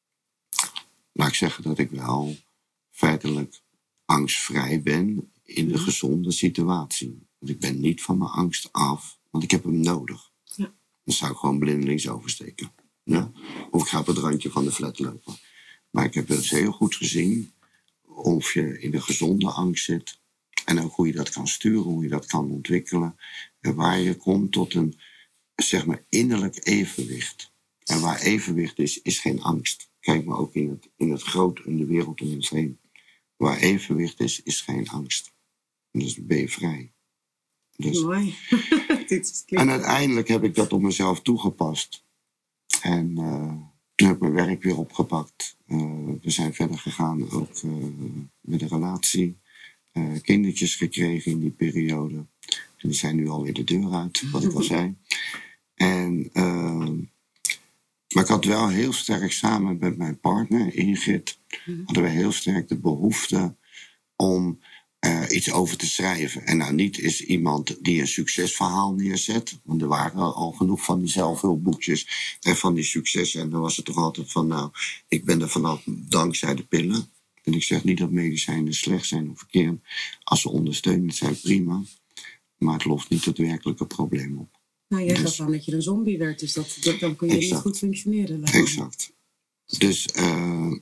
laat ik zeggen dat ik wel feitelijk angstvrij ben in de Ja. gezonde situatie. Want ik ben niet van mijn angst af, want ik heb hem nodig. Ja. Dan zou ik gewoon blindelings oversteken. Ja? Of ik ga op het randje van de flat lopen. Maar ik heb dus heel goed gezien of je in een gezonde angst zit En ook hoe je dat kan sturen, hoe je dat kan ontwikkelen. En waar je komt tot een, zeg maar, innerlijk evenwicht. En waar evenwicht is, is geen angst. Kijk maar ook in het, in het groot, in de wereld om ons heen. Waar evenwicht is, is geen angst. Dus ben je vrij. Dus, Mooi. Dit en uiteindelijk heb ik dat op mezelf toegepast. En uh, toen heb ik mijn werk weer opgepakt. Uh, we zijn verder gegaan, ook uh, met een relatie. Uh, kindertjes gekregen in die periode. En die zijn nu alweer de deur uit, wat ik al zei. En, uh, maar ik had wel heel sterk samen met mijn partner, Ingrid, hadden we heel sterk de behoefte om uh, iets over te schrijven. En nou, niet is iemand die een succesverhaal neerzet. Want er waren al genoeg van die zelfhulpboekjes en van die successen. En dan was het toch altijd van, nou, ik ben er vanaf dankzij de pillen. En ik zeg niet dat medicijnen slecht zijn of verkeerd. Als ze ondersteunend zijn, prima. Maar het lost niet het werkelijke probleem op. Nou, jij Dus- gaf aan dat je een zombie werd, dus dat, dat, dan kun je Exact. niet goed functioneren. lijkt me. Exact. Dus, uh,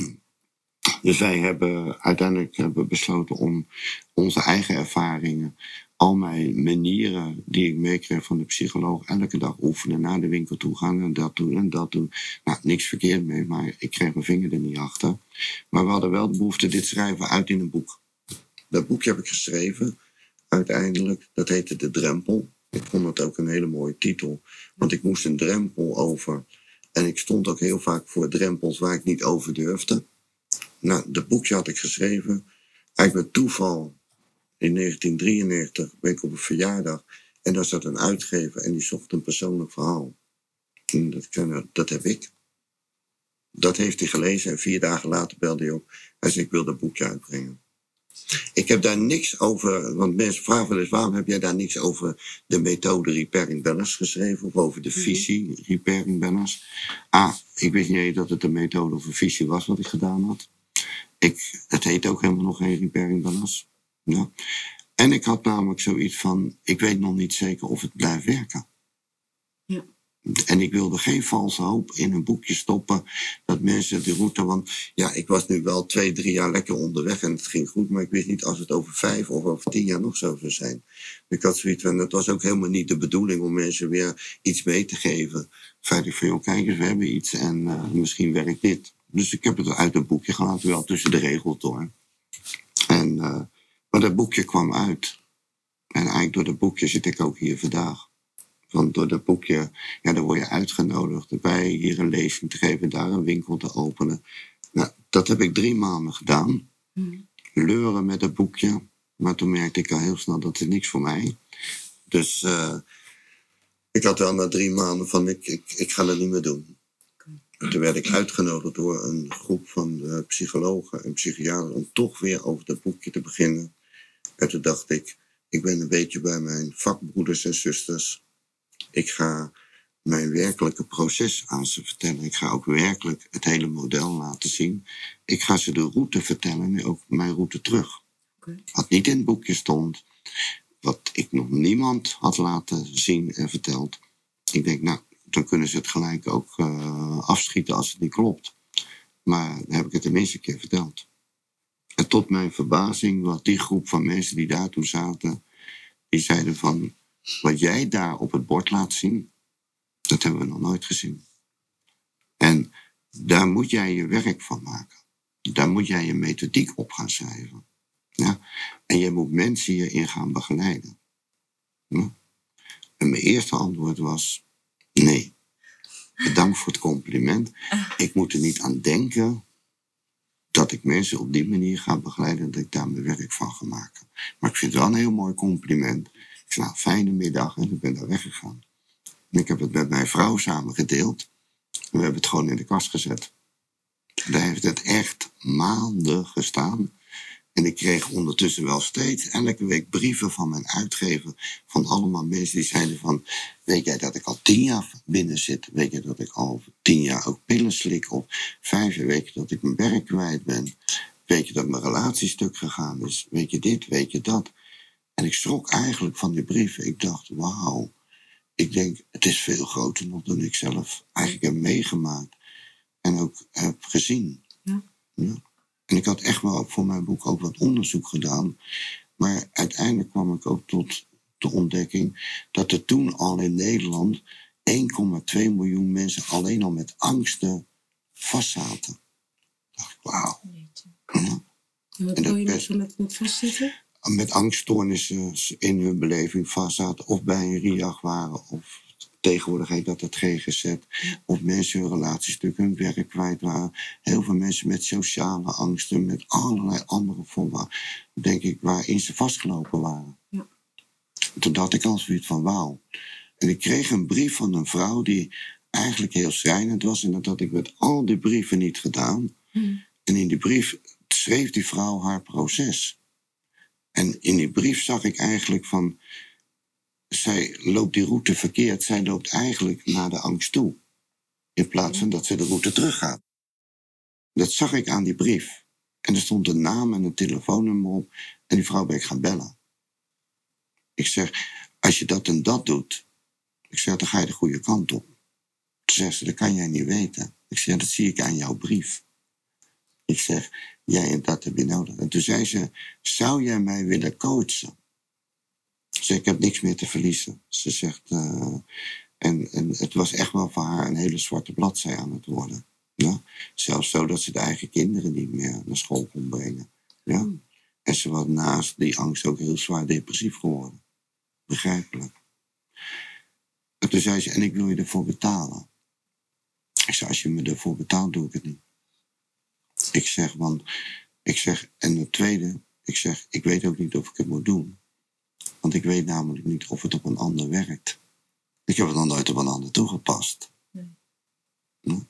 dus wij hebben uiteindelijk hebben besloten om onze eigen ervaringen, al mijn manieren die ik meekreeg van de psycholoog, elke dag oefenen, naar de winkel toe gaan en dat doen en dat doen. Nou, niks verkeerd mee, maar ik kreeg mijn vinger er niet achter. Maar we hadden wel de behoefte dit schrijven uit in een boek. Dat boekje heb ik geschreven, uiteindelijk. Dat heette De Drempel. Ik vond het ook een hele mooie titel, want ik moest een drempel over. En ik stond ook heel vaak voor drempels waar ik niet over durfde. Nou, dat boekje had ik geschreven. Eigenlijk met toeval, in negentien drieënnegentig, ben ik op een verjaardag. En daar zat een uitgever en die zocht een persoonlijk verhaal. En dat, dat heb ik. Dat heeft hij gelezen en vier dagen later belde hij op. Hij zei, ik wil dat boekje uitbrengen. Ik heb daar niks over, want mensen vragen wel eens, waarom heb jij daar niks over de methode Repairing Balance geschreven? Of over de visie Repairing Balance? Ah, ik wist niet eens dat het een methode of een visie was wat ik gedaan had. Ik, het heet ook helemaal nog geen Repairing Balance. Ja. En ik had namelijk zoiets van, ik weet nog niet zeker of het blijft werken. Ja. En ik wilde geen valse hoop in een boekje stoppen. Dat mensen de route, want ja, ik was nu wel twee, drie jaar lekker onderweg en het ging goed. Maar ik wist niet als het over vijf of over tien jaar nog zo zou zijn. Ik had zoiets van, het was ook helemaal niet de bedoeling om mensen weer iets mee te geven. Feitelijk van, joh, kijk eens, we hebben iets en uh, misschien werkt dit. Dus ik heb het uit een boekje gelaten, wel tussen de regels door. En, uh, maar dat boekje kwam uit. En eigenlijk door dat boekje zit ik ook hier vandaag. Want door dat boekje, ja, dan word je uitgenodigd erbij hier een lezing te geven, daar een winkel te openen. Nou, dat heb ik drie maanden gedaan. Mm. Leuren met het boekje. Maar toen merkte ik al heel snel dat het niks voor mij. Dus uh, ik had wel na drie maanden van, ik, ik, ik ga dat niet meer doen. En toen werd ik uitgenodigd door een groep van uh, psychologen en psychiaters om toch weer over dat boekje te beginnen. En toen dacht ik, ik ben een beetje bij mijn vakbroeders en zusters. Ik ga mijn werkelijke proces aan ze vertellen. Ik ga ook werkelijk het hele model laten zien. Ik ga ze de route vertellen en ook mijn route terug. Okay. Wat niet in het boekje stond, wat ik nog niemand had laten zien en verteld. Ik denk, nou, dan kunnen ze het gelijk ook uh, afschieten als het niet klopt. Maar dan heb ik het tenminste een keer verteld. En tot mijn verbazing was die groep van mensen die daartoe zaten, die zeiden van, wat jij daar op het bord laat zien, dat hebben we nog nooit gezien. En daar moet jij je werk van maken. Daar moet jij je methodiek op gaan schrijven. Ja? En je moet mensen hierin gaan begeleiden. Ja? En mijn eerste antwoord was, nee. Bedankt voor het compliment. Ik moet er niet aan denken dat ik mensen op die manier ga begeleiden en dat ik daar mijn werk van ga maken. Maar ik vind het wel een heel mooi compliment. Ik zei, nou, fijne middag en ik ben daar weggegaan. En ik heb het met mijn vrouw samen gedeeld. En we hebben het gewoon in de kast gezet. Daar heeft het echt maanden gestaan. En ik kreeg ondertussen wel steeds elke week brieven van mijn uitgever. Van allemaal mensen die zeiden van, weet jij dat ik al tien jaar binnen zit? Weet je dat ik al tien jaar ook pillen slik? Of vijf jaar weet je dat ik mijn werk kwijt ben? Weet je dat mijn relatie stuk gegaan is? Weet je dit, weet je dat? En ik schrok eigenlijk van die brieven. Ik dacht, wauw. Ik denk, het is veel groter nog dan ik zelf eigenlijk heb meegemaakt. En ook heb gezien. Ja. Ja. En ik had echt wel voor mijn boek ook wat onderzoek gedaan. Maar uiteindelijk kwam ik ook tot de ontdekking dat er toen al in Nederland één komma twee miljoen mensen alleen al met angsten vastzaten. Dacht ik, wauw. Ja. En wat En wil dat je met, best- met, met vastzitten? Met angststoornissen in hun beleving vastzaten. Of bij een R I A G waren. Of tegenwoordig heet dat het G G Z. Of mensen hun relatiestuk, hun werk kwijt waren. Heel veel mensen met sociale angsten. Met allerlei andere vormen. Denk ik, waarin ze vastgelopen waren. Ja. Toen dacht ik al zoiets van wauw. En ik kreeg een brief van een vrouw die eigenlijk heel schrijnend was. En dat had ik met al die brieven niet gedaan. Hmm. En in die brief schreef die vrouw haar proces. En in die brief zag ik eigenlijk van, zij loopt die route verkeerd. Zij loopt eigenlijk naar de angst toe. In plaats van dat ze de route teruggaat. Dat zag ik aan die brief. En er stond een naam en een telefoonnummer op. En die vrouw ben ik gaan bellen. Ik zeg, als je dat en dat doet. Ik zeg, dan ga je de goede kant op. Toen zegt ze, dat kan jij niet weten. Ik zeg, dat zie ik aan jouw brief. Ik zeg, jij en dat heb je nodig. En toen zei ze, zou jij mij willen coachen? Ze zegt, ik heb niks meer te verliezen. Ze zegt, uh, en, en het was echt wel voor haar een hele zwarte bladzij aan het worden. Ja? Zelfs zo dat ze de eigen kinderen niet meer naar school kon brengen. Ja? En ze was naast die angst ook heel zwaar depressief geworden. Begrijpelijk. En toen zei ze, en ik wil je ervoor betalen. Ik zei, als je me ervoor betaalt, doe ik het niet. Ik zeg, want, ik zeg, en het tweede, ik zeg, ik weet ook niet of ik het moet doen. Want ik weet namelijk niet of het op een ander werkt. Ik heb het nog nooit op een ander toegepast. Nee. Hm?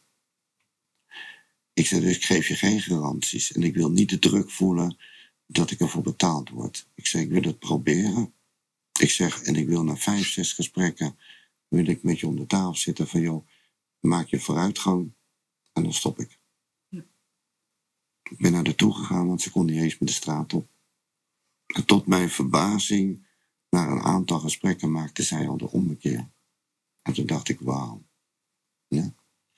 Ik zeg, dus ik geef je geen garanties. En ik wil niet de druk voelen dat ik ervoor betaald word. Ik zeg, ik wil het proberen. Ik zeg, en ik wil na vijf, zes gesprekken, wil ik met je om de tafel zitten van, joh, maak je vooruitgang en dan stop ik. Ik ben naar haar toe gegaan, want ze kon niet eens met de straat op. En tot mijn verbazing, na een aantal gesprekken, maakte zij al de ommekeer. En toen dacht ik, wauw. Ja.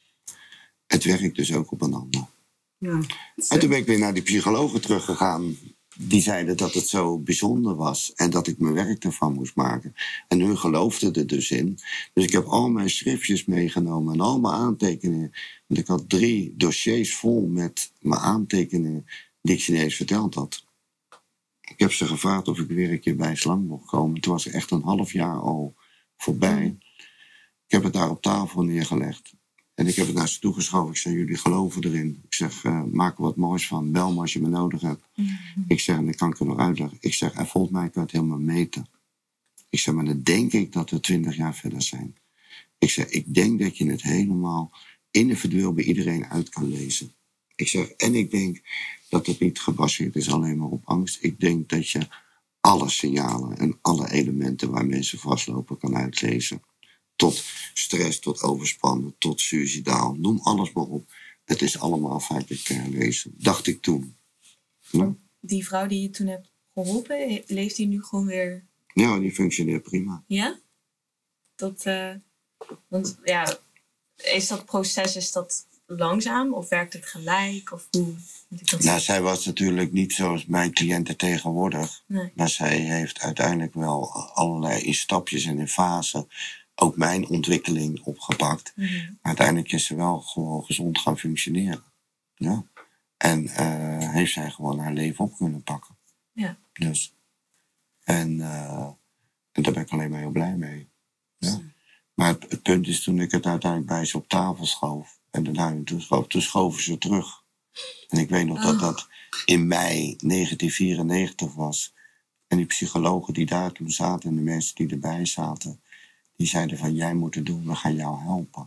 Het werkt dus ook op een ander. Ja. En toen ben ik weer naar die psychologen teruggegaan. Die zeiden dat het zo bijzonder was. En dat ik mijn werk ervan moest maken. En hun geloofden er dus in. Dus ik heb al mijn schriftjes meegenomen. En al mijn aantekeningen. Want ik had drie dossiers vol met mijn aantekeningen. Die ik ze niet eens verteld had. Ik heb ze gevraagd of ik weer een keer bij Slang mocht komen. Toen was er echt een half jaar al voorbij. Ik heb het daar op tafel neergelegd. En ik heb het naar ze toegeschoven. Ik zei, jullie geloven erin. Ik zeg, uh, maak er wat moois van. Bel me als je me nodig hebt. Mm-hmm. Ik zeg, en dan kan ik er nog uitleggen. Ik zeg, en volgens mij kan het helemaal meten. Ik zeg, maar dan denk ik dat we twintig jaar verder zijn. Ik zeg, ik denk dat je het helemaal individueel bij iedereen uit kan lezen. Ik zeg, en ik denk dat het niet gebaseerd is alleen maar op angst. Ik denk dat je alle signalen en alle elementen waar mensen vastlopen kan uitlezen. Tot stress, tot overspannen, tot suicidaal. Noem alles maar op. Het is allemaal feitelijk te herlezen. Dacht ik toen. Ja? Die vrouw die je toen hebt geholpen, leeft die nu gewoon weer? Ja, die functioneert prima. Ja? Dat, uh, want ja, is dat proces, is dat langzaam of werkt het gelijk? Of hoe moet ik dat nou, zij was natuurlijk niet zoals mijn cliënten tegenwoordig. Nee. Maar zij heeft uiteindelijk wel allerlei in stapjes en in fasen ook mijn ontwikkeling opgepakt. Mm-hmm. Maar uiteindelijk is ze wel gewoon gezond gaan functioneren. Ja? En uh, heeft zij gewoon haar leven op kunnen pakken. Ja. Dus. En, uh, en daar ben ik alleen maar heel blij mee. Ja? Maar het, het punt is, toen ik het uiteindelijk bij ze op tafel schoof en daarna toen schoof, toen schoven ze terug. En ik weet nog oh. dat dat in mei negentien vierennegentig was. En die psychologen die daar toen zaten en de mensen die erbij zaten, die zeiden van, jij moet het doen, we gaan jou helpen.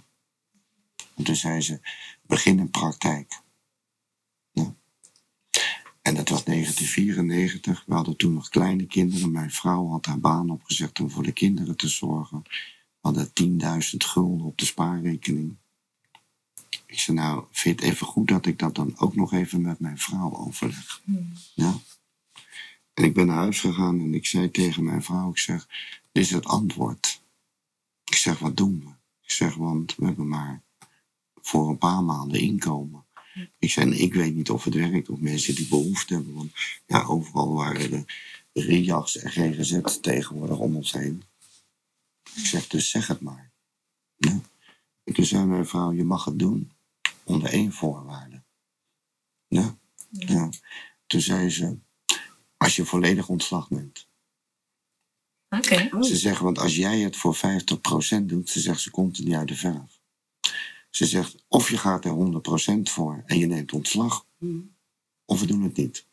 En toen zei ze, begin een praktijk. Ja. En dat was negentien vierennegentig. We hadden toen nog kleine kinderen. Mijn vrouw had haar baan opgezegd om voor de kinderen te zorgen. We hadden tienduizend gulden op de spaarrekening. Ik zei, nou, vind je het even goed dat ik dat dan ook nog even met mijn vrouw overleg? Hmm. Ja. En ik ben naar huis gegaan en ik zei tegen mijn vrouw, ik zeg, dit is het antwoord. Ik zeg, wat doen we? Ik zeg, want we hebben maar voor een paar maanden inkomen. Ik zei, ik weet niet of het werkt, of mensen die behoefte hebben. Want ja, overal waren er R I A G's en G G Z tegenwoordig om ons heen. Ik zeg, dus zeg het maar. Ja. En toen zei mijn vrouw, je mag het doen onder één voorwaarde. Ja. Ja. Toen zei ze, als je volledig ontslag neemt. Oké. Oh. Ze zegt, want als jij het voor vijftig procent doet, ze zegt, ze komt er niet uit de verf. Ze zegt, of je gaat er honderd procent voor en je neemt ontslag, Hmm. of we doen het niet.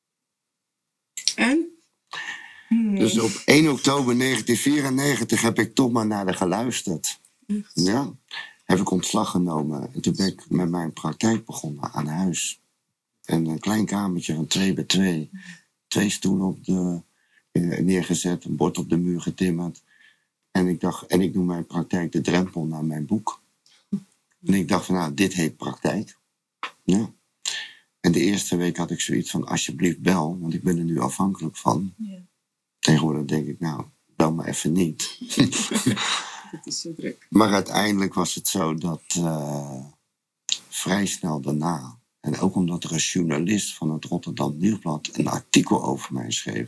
En? Dus op één oktober negentien vierennegentig heb ik toch maar naar haar geluisterd. Echt? Ja, heb ik ontslag genomen. En toen ben ik met mijn praktijk begonnen aan huis. En een klein kamertje van twee bij twee. Twee stoelen op de, eh, neergezet, een bord op de muur getimmerd. En ik dacht, en ik noem mijn praktijk de drempel naar mijn boek. En ik dacht van, nou, dit heet praktijk. Ja. En de eerste week had ik zoiets van, alsjeblieft bel, want ik ben er nu afhankelijk van. Ja. Tegenwoordig denk ik, nou, bel me even niet. Het is zo druk. Maar uiteindelijk was het zo dat uh, vrij snel daarna, en ook omdat er een journalist van het Rotterdam Nieuwsblad een artikel over mij schreef,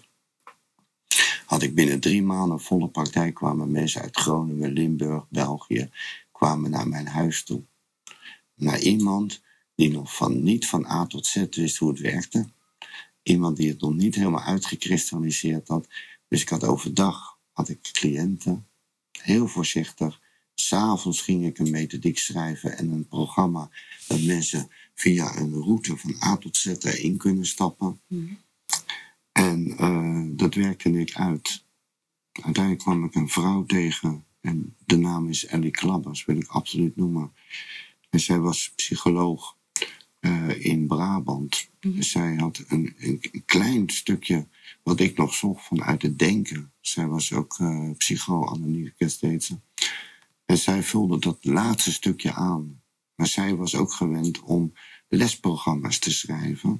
had ik binnen drie maanden volle praktijk. Kwamen mensen uit Groningen, Limburg, België, kwamen naar mijn huis toe. Naar iemand die nog van, niet van A tot Z wist hoe het werkte. Iemand die het nog niet helemaal uitgekristalliseerd had. Dus ik had overdag had ik cliënten, heel voorzichtig. 'S Avonds ging ik een methodiek schrijven en een programma dat mensen via een route van A tot Z erin kunnen stappen. Hmm. En uh, dat werkte ik uit. Uiteindelijk kwam ik een vrouw tegen. En de naam is Ellie Klabbers, wil ik absoluut noemen. En zij was psycholoog uh, in Brabant. Hmm. Zij had een, een, een klein stukje wat ik nog zocht vanuit het denken. Zij was ook uh, psychoanalyticus, deed ze. En zij vulde dat laatste stukje aan. Maar zij was ook gewend om lesprogramma's te schrijven.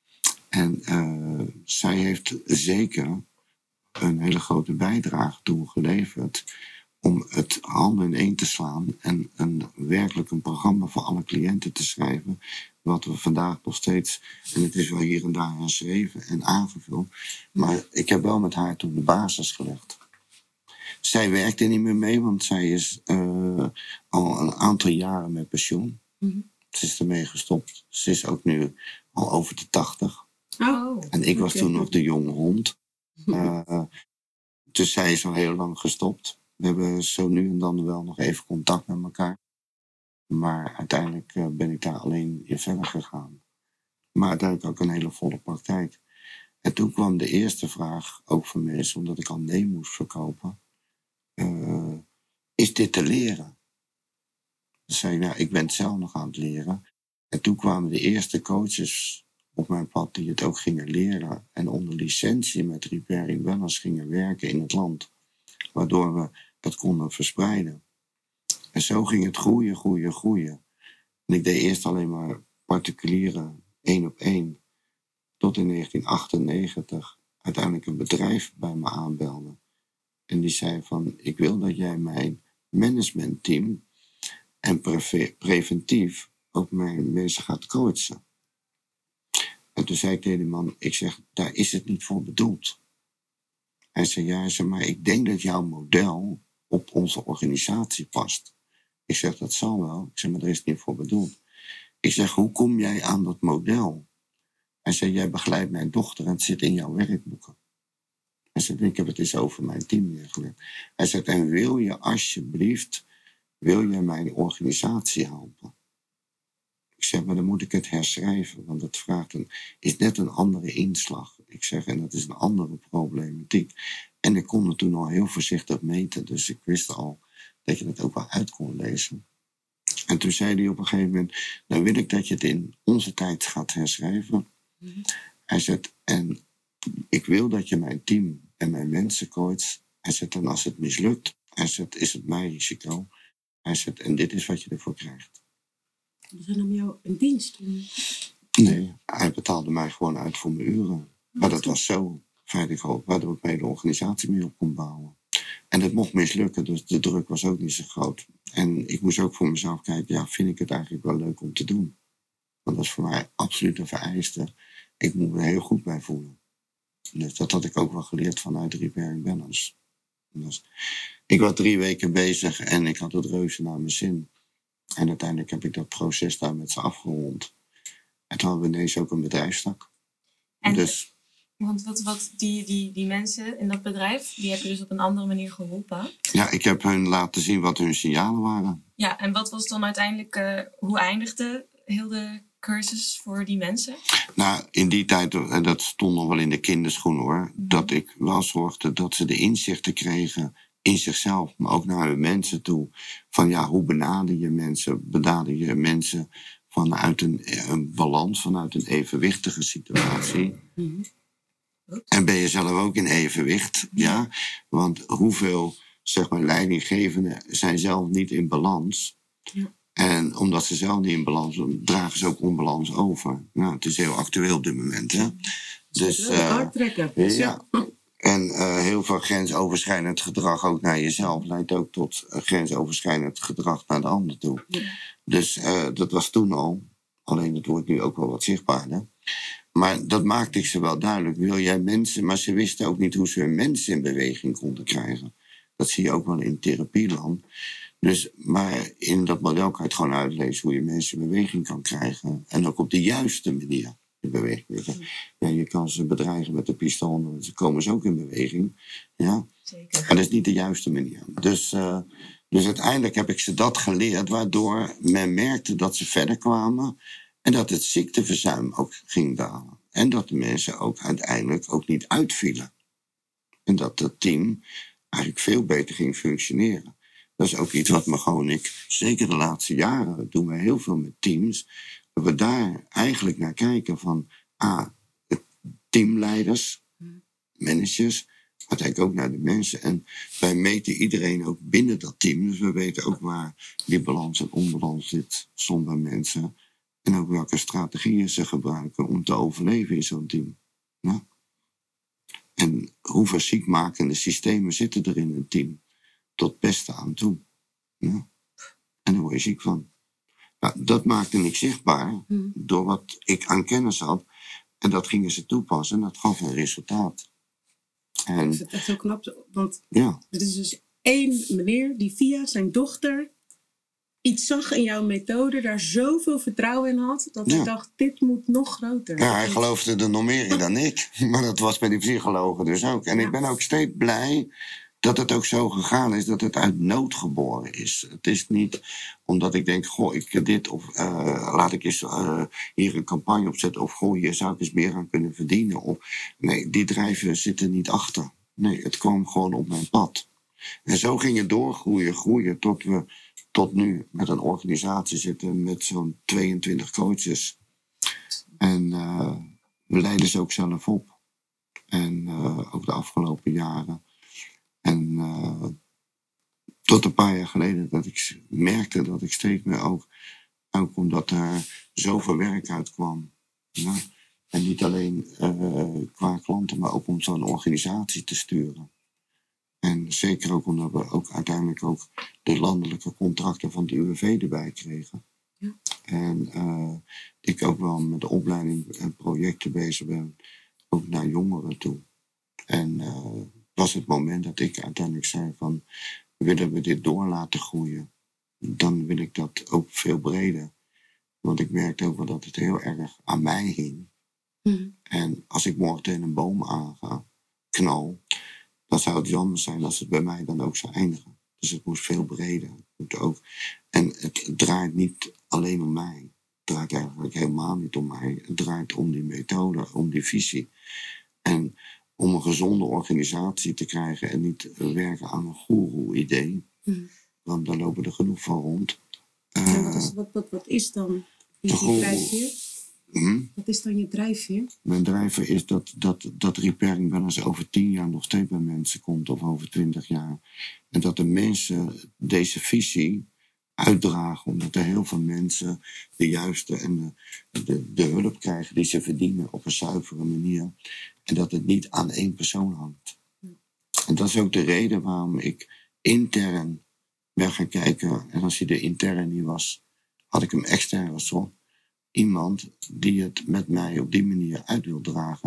En uh, zij heeft zeker een hele grote bijdrage toegeleverd om het handen in één te slaan en een, werkelijk een programma voor alle cliënten te schrijven, wat we vandaag nog steeds, en het is wel hier en daar herschreven en aangevuld, maar ik heb wel met haar toen de basis gelegd. Zij werkte niet meer mee, want zij is uh, al een aantal jaren met pensioen. Mm-hmm. Ze is ermee gestopt. Ze is ook nu al over de tachtig. Oh. En ik was Okay. toen nog de jonge hond. Uh, dus zij is al heel lang gestopt. We hebben zo nu en dan wel nog even contact met elkaar. Maar uiteindelijk uh, ben ik daar alleen in verder gegaan. Maar uiteindelijk ook een hele volle praktijk. En toen kwam de eerste vraag, ook van mensen, omdat ik al nee moest verkopen. Uh, is dit te leren? Dus zei ik, nou, ik ben het zelf nog aan het leren. En toen kwamen de eerste coaches op mijn pad die het ook gingen leren. En onder licentie met Repairing Wellness gingen werken in het land. Waardoor we dat konden verspreiden. En zo ging het groeien, groeien, groeien. En ik deed eerst alleen maar particuliere, één op één. Tot in negentien achtennegentig uiteindelijk een bedrijf bij me aanbelde. En die zei van, ik wil dat jij mijn managementteam en pre- preventief ook mijn mensen gaat coachen. En toen zei ik tegen die man, ik zeg, daar is het niet voor bedoeld. Hij zei, ja, hij zei, maar ik denk dat jouw model op onze organisatie past. Ik zeg, dat zal wel. Ik zeg, maar daar is het niet voor bedoeld. Ik zeg, hoe kom jij aan dat model? Hij zei, jij begeleidt mijn dochter en het zit in jouw werkboeken. Hij zei, ik heb het eens over mijn team neergelegd. Hij zei, en wil je alsjeblieft, wil je mijn organisatie helpen? Ik zeg, maar dan moet ik het herschrijven, want het vraagt een, is net een andere inslag. Ik zeg, en dat is een andere problematiek. En ik kon het toen al heel voorzichtig meten, dus ik wist al dat je het ook wel uit kon lezen. En toen zei hij op een gegeven moment, dan wil ik dat je het in onze tijd gaat herschrijven. Mm-hmm. Hij zegt, en ik wil dat je mijn team en mijn mensen coacht. Hij zegt, en als het mislukt, hij zegt, is het mijn risico. Hij zegt, en dit is wat je ervoor krijgt. Dus hij nam jou een dienst? Nee, hij betaalde mij gewoon uit voor mijn uren. Maar dat was zo veilig hoog, waardoor ik mee de organisatie mee op kon bouwen. En het mocht mislukken, dus de druk was ook niet zo groot. En ik moest ook voor mezelf kijken, ja, vind ik het eigenlijk wel leuk om te doen? Want dat is voor mij absoluut een vereiste. Ik moet me er heel goed bij voelen. Dus dat had ik ook wel geleerd vanuit Repairing Balance. Dus ik was drie weken bezig en ik had het reuze naar mijn zin. En uiteindelijk heb ik dat proces daar met ze afgerond. En toen hadden we ineens ook een bedrijfstak. En Dus, want wat, wat die, die, die mensen in dat bedrijf, die heb je dus op een andere manier geholpen. ja, ik heb hun laten zien wat hun signalen waren. Ja, en wat was dan uiteindelijk, uh, hoe eindigde heel de cursus voor die mensen? Nou, in die tijd, en dat stond nog wel in de kinderschoen hoor, Mm-hmm. dat ik wel zorgde dat ze de inzichten kregen in zichzelf, maar ook naar hun mensen toe. Van ja, hoe benader je mensen? Benader je mensen vanuit een, een balans, vanuit een evenwichtige situatie? Mhm. En ben je zelf ook in evenwicht? Ja? Want hoeveel, zeg maar, leidinggevenden zijn zelf niet in balans? Ja. En omdat ze zelf niet in balans zijn, dragen ze ook onbalans over. Nou, het is heel actueel op dit moment, hè? Dus, Ja, de kaart trekken. Dus ja. En uh, heel veel grensoverschrijdend gedrag ook naar jezelf leidt ook tot uh, grensoverschrijdend gedrag naar de ander toe. Ja. Dus uh, dat was toen al. Alleen het wordt nu ook wel wat zichtbaarder. Maar dat maakte ik ze wel duidelijk. Wil jij mensen, maar ze wisten ook niet hoe ze hun mensen in beweging konden krijgen. Dat zie je ook wel in therapieland. Dus, maar in dat model kan je het gewoon uitlezen hoe je mensen in beweging kan krijgen. En ook op de juiste manier in beweging krijgen. Ja, je kan ze bedreigen met de pistool, dan komen ze ook in beweging. Ja? Zeker. Maar dat is niet de juiste manier. Dus, uh, dus uiteindelijk heb ik ze dat geleerd, waardoor men merkte dat ze verder kwamen. En dat het ziekteverzuim ook ging dalen. En dat de mensen ook uiteindelijk ook niet uitvielen. En dat het team eigenlijk veel beter ging functioneren. Dat is ook iets wat me gewoon, ik, zeker de laatste jaren, dat doen we heel veel met teams, dat we daar eigenlijk naar kijken van, ah, teamleiders, managers, maar kijk ook naar de mensen. En wij meten iedereen ook binnen dat team, dus we weten ook waar die balans en onbalans zit zonder mensen. En ook welke strategieën ze gebruiken om te overleven in zo'n team. Ja? En hoeveel ziekmakende systemen zitten er in een team? Tot beste aan toe. Ja? En daar word je ziek van. Nou, dat maakte ik zichtbaar Hmm. door wat ik aan kennis had. En dat gingen ze toepassen en dat gaf een resultaat. En, Ik vind het echt heel knap, want ja. het is dus één meneer die via zijn dochter iets zag in jouw methode, daar zoveel vertrouwen in had, dat Ja. hij dacht, dit moet nog groter. Ja, hij geloofde er nog meer in dan ik. Maar dat was bij die psychologen dus ook. En Ja. ik ben ook steeds blij dat het ook zo gegaan is, dat het uit nood geboren is. Het is niet omdat ik denk, goh, ik dit, of uh, laat ik eens uh, hier een campagne opzetten, of goh, hier zou ik eens meer aan kunnen verdienen. Of, nee, die drijven zitten niet achter. Nee, het kwam gewoon op mijn pad. En zo ging het doorgroeien, groeien, tot we tot nu met een organisatie zitten met zo'n tweeëntwintig coaches. En uh, we leiden ze ook zelf op. En uh, ook de afgelopen jaren. En uh, tot een paar jaar geleden dat ik merkte dat ik steeds meer ook, ook omdat er zoveel werk uitkwam. Ja? En niet alleen uh, qua klanten, maar ook om zo'n organisatie te sturen. En zeker ook omdat we ook uiteindelijk ook de landelijke contracten van de U W V erbij kregen. Ja. En uh, ik ook wel met de opleiding en projecten bezig ben, ook naar jongeren toe. En uh, was het moment dat ik uiteindelijk zei van, willen we dit door laten groeien, dan wil ik dat ook veel breder. Want ik merkte ook wel dat het heel erg aan mij hing. Hmm. En als ik morgen tegen een boom aanga, knal, dan zou het jammer zijn als het bij mij dan ook zou eindigen. Dus het moest veel breder. Het moet ook, en het draait niet alleen om mij. Het draait eigenlijk helemaal niet om mij. Het draait om die methode, om die visie. En om een gezonde organisatie te krijgen en niet werken aan een goeroe-idee. Hmm. Want daar lopen er genoeg van rond. Uh, Uh, wat, is, wat, wat, wat is dan die, de die drijfveer? hm? Wat is dan je drijfveer? Mijn drijver is dat, dat, dat repairing wel eens over tien jaar nog steeds bij mensen komt, of over twintig jaar. En dat de mensen deze visie uitdragen, omdat er heel veel mensen de juiste en de, de, de hulp krijgen die ze verdienen op een zuivere manier. En dat het niet aan één persoon hangt. En dat is ook de reden waarom ik intern ben gaan kijken. En als hij er intern niet was, had ik hem extern gezocht. Iemand die het met mij op die manier uit wil dragen.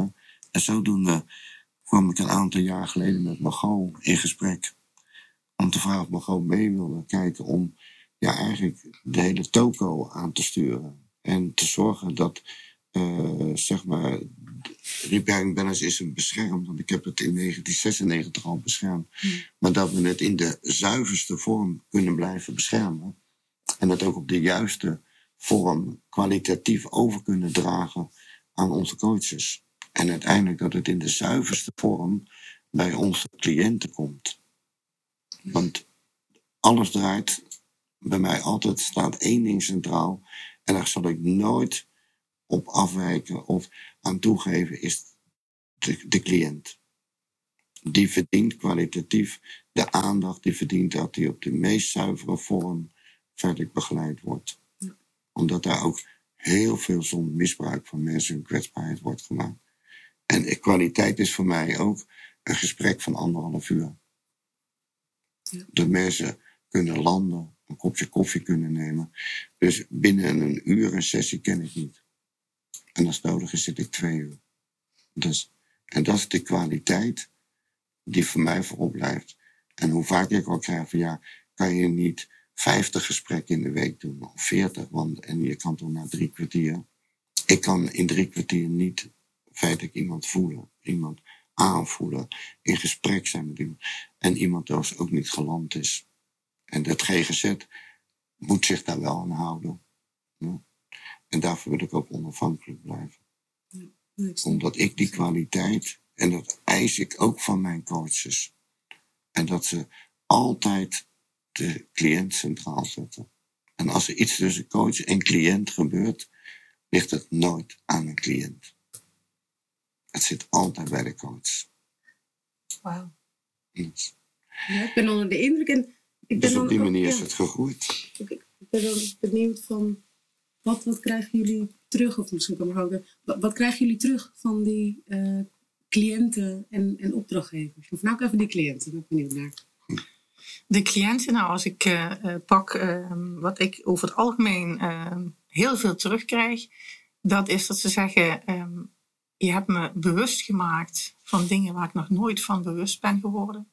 En zodoende kwam ik een aantal jaar geleden met Margot in gesprek. Om te vragen of Margot mee wilde kijken om ja, eigenlijk de hele toko aan te sturen. En te zorgen dat, uh, zeg maar, repairing balance is een beschermd. Want ik heb het in negentien zesennegentig al beschermd. Mm. Maar dat we het in de zuiverste vorm kunnen blijven beschermen. En het ook op de juiste vorm kwalitatief over kunnen dragen aan onze coaches. En uiteindelijk dat het in de zuiverste vorm bij onze cliënten komt. Want alles draait bij mij altijd, staat één ding centraal. En daar zal ik nooit op afwijken of aan toegeven, is de, de cliënt. Die verdient kwalitatief de aandacht, die verdient dat hij op de meest zuivere vorm verder begeleid wordt. Ja. Omdat daar ook heel veel zonder misbruik van mensen hun kwetsbaarheid wordt gemaakt. En kwaliteit is voor mij ook een gesprek van anderhalf uur. Ja. Dat mensen kunnen landen, een kopje koffie kunnen nemen. Dus binnen een uur een sessie ken ik niet. En als nodig is zit ik twee uur. Dus, en dat is de kwaliteit die voor mij voorop blijft. En hoe vaak ik al krijg van ja, kan je niet vijftig gesprekken in de week doen of veertig, want en je kan toch na drie kwartier. Ik kan in drie kwartier niet feitelijk iemand voelen, iemand aanvoelen, in gesprek zijn met iemand. En iemand die ook niet geland is. En dat G G Z moet zich daar wel aan houden. Ja. En daarvoor wil ik ook onafhankelijk blijven. Ja, omdat ik die kwaliteit, en dat eis ik ook van mijn coaches. En dat ze altijd de cliënt centraal zetten. En als er iets tussen coach en cliënt gebeurt, ligt het nooit aan een cliënt. Het zit altijd bij de coach. Wauw. Yes. Ja, ik ben onder de indruk. En ik ben dus op die dan manier ook, is ja, het gegroeid. Ik, ik ben dan benieuwd van, wat, wat krijgen jullie terug? Of misschien kan ik ook, wat, wat krijgen jullie terug van die uh, cliënten en, en opdrachtgevers? Of nou even die cliënten, daar ben ik benieuwd naar. De cliënten, nou als ik uh, uh, pak uh, wat ik over het algemeen uh, heel veel terugkrijg, dat is dat ze zeggen, um, je hebt me bewust gemaakt van dingen waar ik nog nooit van bewust ben geworden.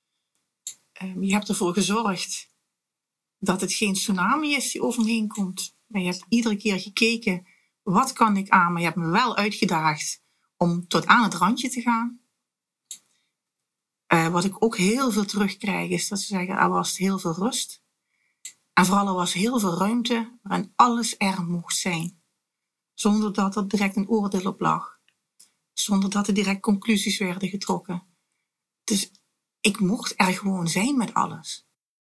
Um, je hebt ervoor gezorgd dat het geen tsunami is die over me heen komt. Maar je hebt iedere keer gekeken, wat kan ik aan? Maar je hebt me wel uitgedaagd om tot aan het randje te gaan. Uh, wat ik ook heel veel terugkrijg is dat ze zeggen, er was heel veel rust. En vooral er was heel veel ruimte waarin alles er mocht zijn. Zonder dat er direct een oordeel op lag. Zonder dat er direct conclusies werden getrokken. Dus ik mocht er gewoon zijn met alles.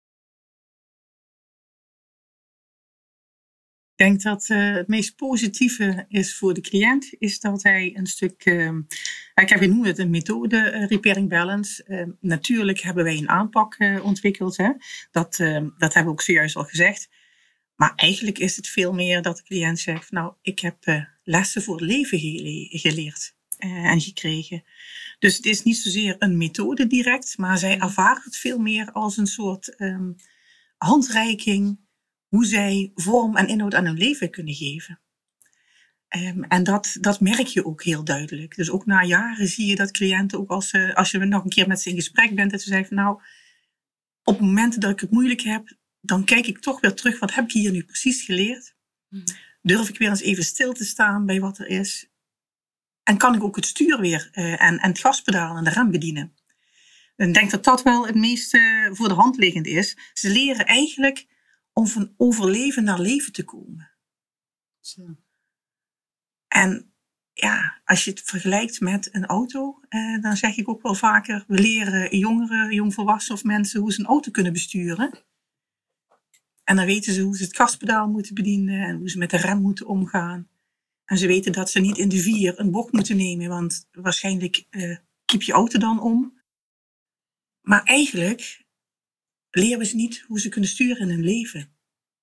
Ik denk dat uh, het meest positieve is voor de cliënt, is dat hij een stuk, uh, ik heb genoemd het een methode, uh, Repairing Balance. Uh, natuurlijk hebben wij een aanpak uh, ontwikkeld, hè. Dat, uh, dat hebben we ook zojuist al gezegd. Maar eigenlijk is het veel meer dat de cliënt zegt, nou, ik heb uh, lessen voor het leven gele- geleerd uh, en gekregen. Dus het is niet zozeer een methode direct, maar zij ervaren het veel meer als een soort um, handreiking, hoe zij vorm en inhoud aan hun leven kunnen geven. Um, en dat, dat merk je ook heel duidelijk. Dus ook na jaren zie je dat cliënten, ook als, uh, als je nog een keer met ze in gesprek bent, dat ze zeggen, nou, op momenten dat ik het moeilijk heb, dan kijk ik toch weer terug, wat heb ik hier nu precies geleerd? Hmm. Durf ik weer eens even stil te staan bij wat er is? En kan ik ook het stuur weer uh, en, en het gaspedaal en de rem bedienen? En ik denk dat dat wel het meest uh, voor de hand liggend is. Ze leren eigenlijk om van overleven naar leven te komen. Zo. En ja, als je het vergelijkt met een auto, uh, dan zeg ik ook wel vaker, we leren jongeren, jongvolwassenen of mensen hoe ze een auto kunnen besturen. En dan weten ze hoe ze het gaspedaal moeten bedienen en hoe ze met de rem moeten omgaan. En ze weten dat ze niet in de vier een bocht moeten nemen, want waarschijnlijk uh, kiep je auto dan om. Maar eigenlijk leren we ze niet hoe ze kunnen sturen in hun leven.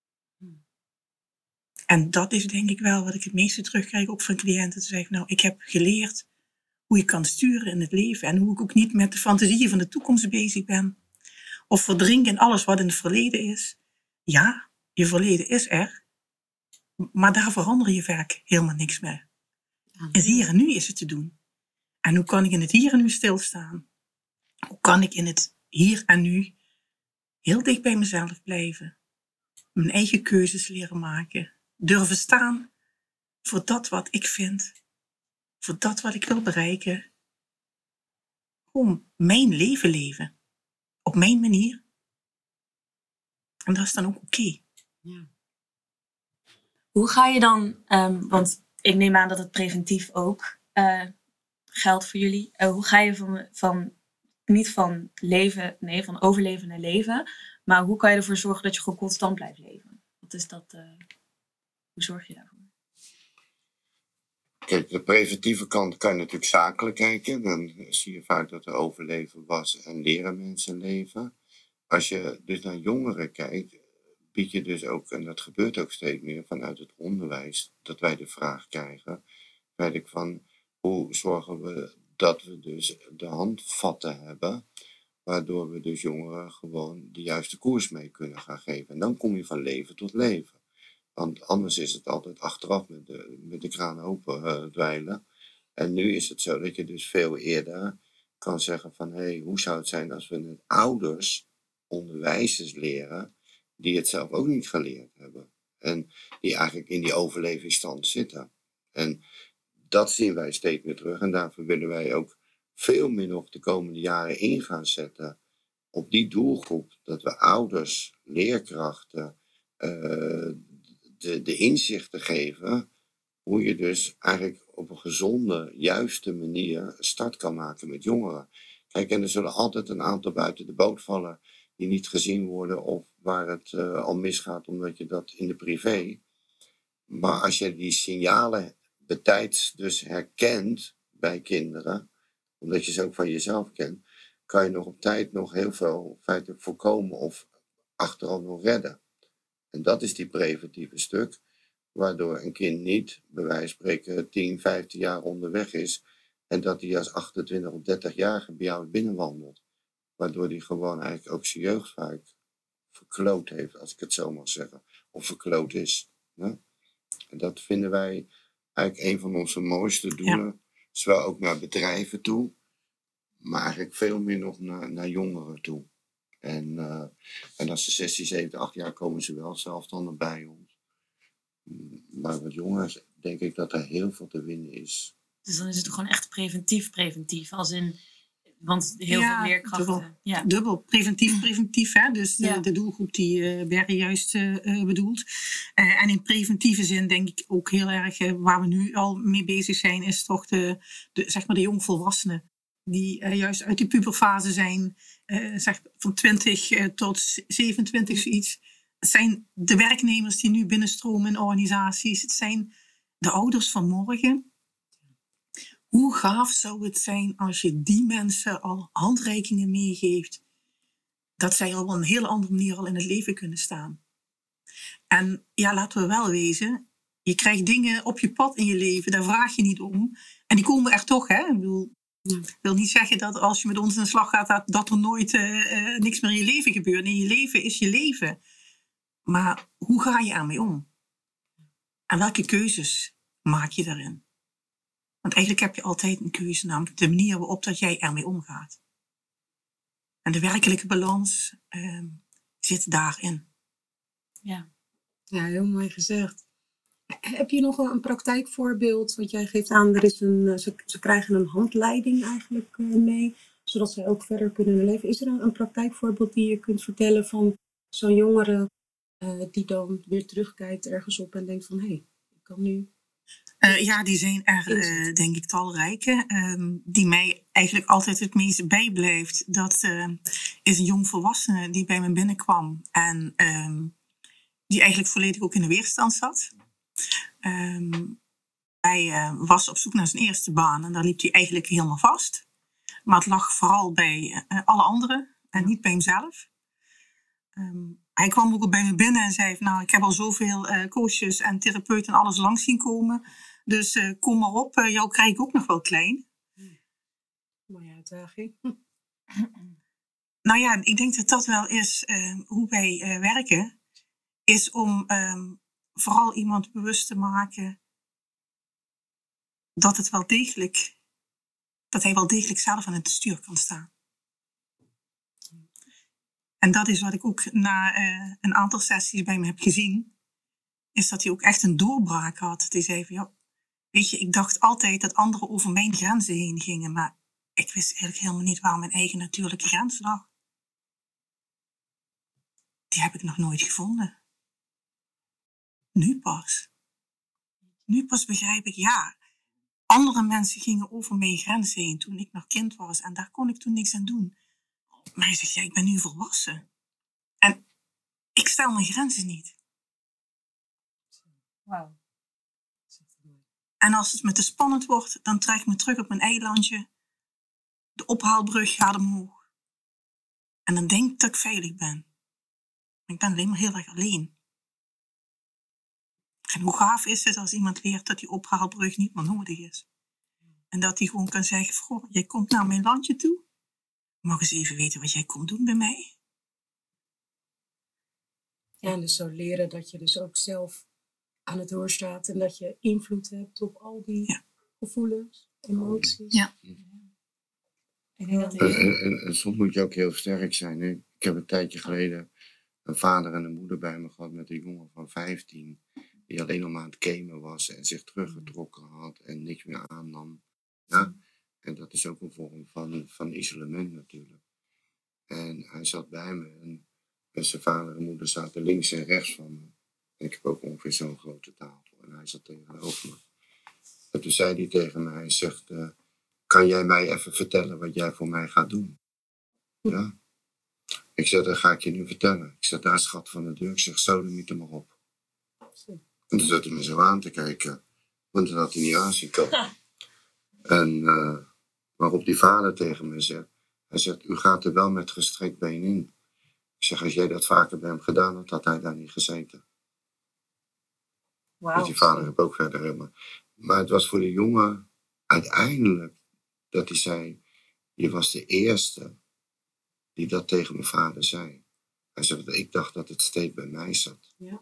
En dat is denk ik wel wat ik het meeste terugkrijg, ook van cliënten. Te zeggen, nou, ik heb geleerd hoe je kan sturen in het leven. En hoe ik ook niet met de fantasieën van de toekomst bezig ben. Of verdrink in alles wat in het verleden is. Ja, je verleden is er. Maar daar verander je vaak helemaal niks mee. En hier en nu is het te doen. En hoe kan ik in het hier en nu stilstaan? Hoe kan ik in het hier en nu heel dicht bij mezelf blijven? Mijn eigen keuzes leren maken. Durven staan voor dat wat ik vind. Voor dat wat ik wil bereiken. Gewoon mijn leven leven. Op mijn manier. En dat is dan ook oké. Okay. Ja. Hoe ga je dan, um, want ik neem aan dat het preventief ook uh, geldt voor jullie. Uh, hoe ga je van, van, niet van leven, nee, van overleven naar leven. Maar hoe kan je ervoor zorgen dat je gewoon constant blijft leven? Wat is dat, uh, hoe zorg je daarvoor? Kijk, de preventieve kant kan je natuurlijk zakelijk kijken. Dan zie je vaak dat er overleven was en leren mensen leven. Als je dus naar jongeren kijkt, bied je dus ook, en dat gebeurt ook steeds meer vanuit het onderwijs, dat wij de vraag krijgen, weet ik van, hoe zorgen we dat we dus de handvatten hebben, waardoor we dus jongeren gewoon de juiste koers mee kunnen gaan geven. En dan kom je van leven tot leven. Want anders is het altijd achteraf met de, met de kraan open uh, dweilen. En nu is het zo dat je dus veel eerder kan zeggen van, hé, hey, hoe zou het zijn als we het ouders, onderwijzers leren, die het zelf ook niet geleerd hebben. En die eigenlijk in die overlevingsstand zitten. En dat zien wij steeds meer terug. En daarvoor willen wij ook veel meer nog de komende jaren in gaan zetten op die doelgroep. Dat we ouders, leerkrachten, uh, de, de inzichten geven hoe je dus eigenlijk op een gezonde, juiste manier start kan maken met jongeren. Kijk, en er zullen altijd een aantal buiten de boot vallen die niet gezien worden of waar het uh, al misgaat omdat je dat in de privé. Maar als je die signalen betijds dus herkent bij kinderen, omdat je ze ook van jezelf kent, kan je nog op tijd nog heel veel feitelijk voorkomen of achteraf nog redden. En dat is die preventieve stuk, waardoor een kind niet, bij wijze van spreken, tien, vijftien jaar onderweg is en dat hij als achtentwintig of dertig-jarige bij jou binnenwandelt. Waardoor hij gewoon eigenlijk ook zijn jeugd vaak verkloot heeft, als ik het zo mag zeggen. Of verkloot is. Hè? En dat vinden wij eigenlijk een van onze mooiste doelen. Ja. Zowel ook naar bedrijven toe, maar eigenlijk veel meer nog naar, naar jongeren toe. En, uh, en als ze zestien, zeventien, acht jaar komen ze wel zelfstandig bij ons. Maar met jongens denk ik dat er heel veel te winnen is. Dus dan is het gewoon echt preventief, preventief. Als in, want heel ja, veel leerkrachten. Dubbel, ja. dubbel. Preventief, preventief. Hè? Dus de, ja. de doelgroep die uh, Berry juist uh, bedoelt. Uh, en in preventieve zin denk ik ook heel erg, uh, waar we nu al mee bezig zijn, is toch de, de, zeg maar de jongvolwassenen. Die uh, juist uit die puberfase zijn, uh, zeg van twintig uh, tot zevenentwintig zoiets. Het zijn de werknemers die nu binnenstromen in organisaties. Het zijn de ouders van morgen. Hoe gaaf zou het zijn als je die mensen al handreikingen meegeeft, dat zij al op een hele andere manier al in het leven kunnen staan. En ja, laten we wel wezen, je krijgt dingen op je pad in je leven, daar vraag je niet om. En die komen er toch, hè? Ik bedoel, ja. Ik wil niet zeggen dat als je met ons in de slag gaat, dat, dat er nooit uh, uh, niks meer in je leven gebeurt. Nee, je leven is je leven. Maar hoe ga je ermee om? En welke keuzes maak je daarin? Want eigenlijk heb je altijd een keuze, namelijk de manier waarop dat jij ermee omgaat. En de werkelijke balans uh, zit daarin. Ja. Ja, heel mooi gezegd. Heb je nog een praktijkvoorbeeld? Want jij geeft aan, er is een, ze, ze krijgen een handleiding eigenlijk mee, zodat ze ook verder kunnen leven. Is er een, een praktijkvoorbeeld die je kunt vertellen van zo'n jongere uh, die dan weer terugkijkt ergens op en denkt van, hé, hey, ik kan nu... Uh, ja, die zijn er uh, denk ik talrijke. Uh, die mij eigenlijk altijd het meest bijblijft. Dat uh, is een jong volwassene die bij me binnenkwam. En uh, die eigenlijk volledig ook in de weerstand zat. Um, hij uh, was op zoek naar zijn eerste baan. En daar liep hij eigenlijk helemaal vast. Maar het lag vooral bij uh, alle anderen. En niet bij hemzelf. Um, hij kwam ook bij me binnen en zei, nou, ik heb al zoveel uh, coaches en therapeuten en alles langs zien komen. Dus uh, kom maar op, uh, jou krijg ik ook nog wel klein. Hmm. Mooie uitdaging. Nou ja, ik denk dat dat wel is uh, hoe wij uh, werken. Is om um, vooral iemand bewust te maken dat het wel degelijk dat hij wel degelijk zelf aan het stuur kan staan. En dat is wat ik ook na uh, een aantal sessies bij me heb gezien. Is dat hij ook echt een doorbraak had. Die zei van, ja, weet je, ik dacht altijd dat anderen over mijn grenzen heen gingen. Maar ik wist eigenlijk helemaal niet waar mijn eigen natuurlijke grens lag. Die heb ik nog nooit gevonden. Nu pas. Nu pas begrijp ik, ja, andere mensen gingen over mijn grenzen heen toen ik nog kind was. En daar kon ik toen niks aan doen. Maar hij zegt, ja, ik ben nu volwassen. En ik stel mijn grenzen niet. Wauw. En als het me te spannend wordt, dan trek ik me terug op mijn eilandje. De ophaalbrug gaat omhoog. En dan denk ik dat ik veilig ben. Maar ik ben alleen maar heel erg alleen. En hoe gaaf is het als iemand leert dat die ophaalbrug niet meer nodig is. En dat hij gewoon kan zeggen, goh, jij komt naar mijn landje toe. Mag eens even weten wat jij komt doen bij mij? Ja, en dus zo leren dat je dus ook zelf aan het roer staat en dat je invloed hebt op al die ja. gevoelens, emoties. Ja. Ik denk dat En, en, en, en soms moet je ook heel sterk zijn. Hè? Ik heb een tijdje geleden een vader en een moeder bij me gehad met een jongen van vijftien. Die alleen nog maar aan het gamen was en zich teruggetrokken had en niks meer aannam. Ja? En dat is ook een vorm van, van isolement natuurlijk. En hij zat bij me en, en zijn vader en moeder zaten links en rechts van me. En ik heb ook ongeveer zo'n grote tafel en hij zat tegenover me. En toen zei hij tegen mij, hij zegt, uh, kan jij mij even vertellen wat jij voor mij gaat doen? Ja. Ik zeg, dat ga ik je nu vertellen. Ik zeg, daar is het gat van de deur. Ik zeg, zo, dan niet er maar op. En toen zat hij me zo aan te kijken. Want dat had hij niet aanzien komen. En uh, waarop die vader tegen me zegt, hij zegt, u gaat er wel met gestrekt been in. Ik zeg, als jij dat vaker bij hem gedaan had, had hij daar niet gezeten. Wow. Dus die vader heb ook verder helemaal. Maar het was voor de jongen uiteindelijk dat hij zei, je was de eerste die dat tegen mijn vader zei. Hij zei, ik dacht dat het steeds bij mij zat. Ja.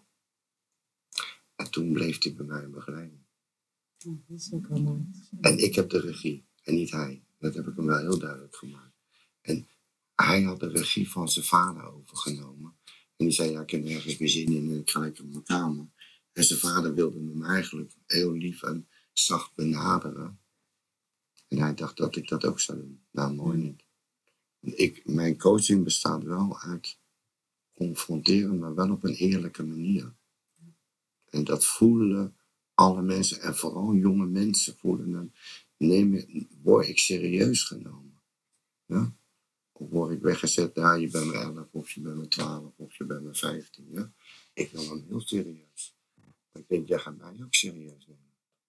En toen bleef hij bij mij begeleiden. Ja, dat is ook wel mooi. En ik heb de regie en niet hij. Dat heb ik hem wel heel duidelijk gemaakt. En hij had de regie van zijn vader overgenomen. En die zei, ja, ik heb er ergens meer zin in en ik ga lekker op mijn kamer. En zijn vader wilde hem eigenlijk heel lief en zacht benaderen. En hij dacht dat ik dat ook zou doen. Nou, mooi niet. Ik, mijn coaching bestaat wel uit confronteren, maar wel op een eerlijke manier. En dat voelen alle mensen, en vooral jonge mensen voelen dan, neem, word ik serieus genomen? Ja? Of word ik weggezet, ja, je bent me elf, of je bent me twaalf, of je bent me vijftien. Ja? Ik wil hem heel serieus. Maar ik denk, jij gaat mij ook serieus nemen.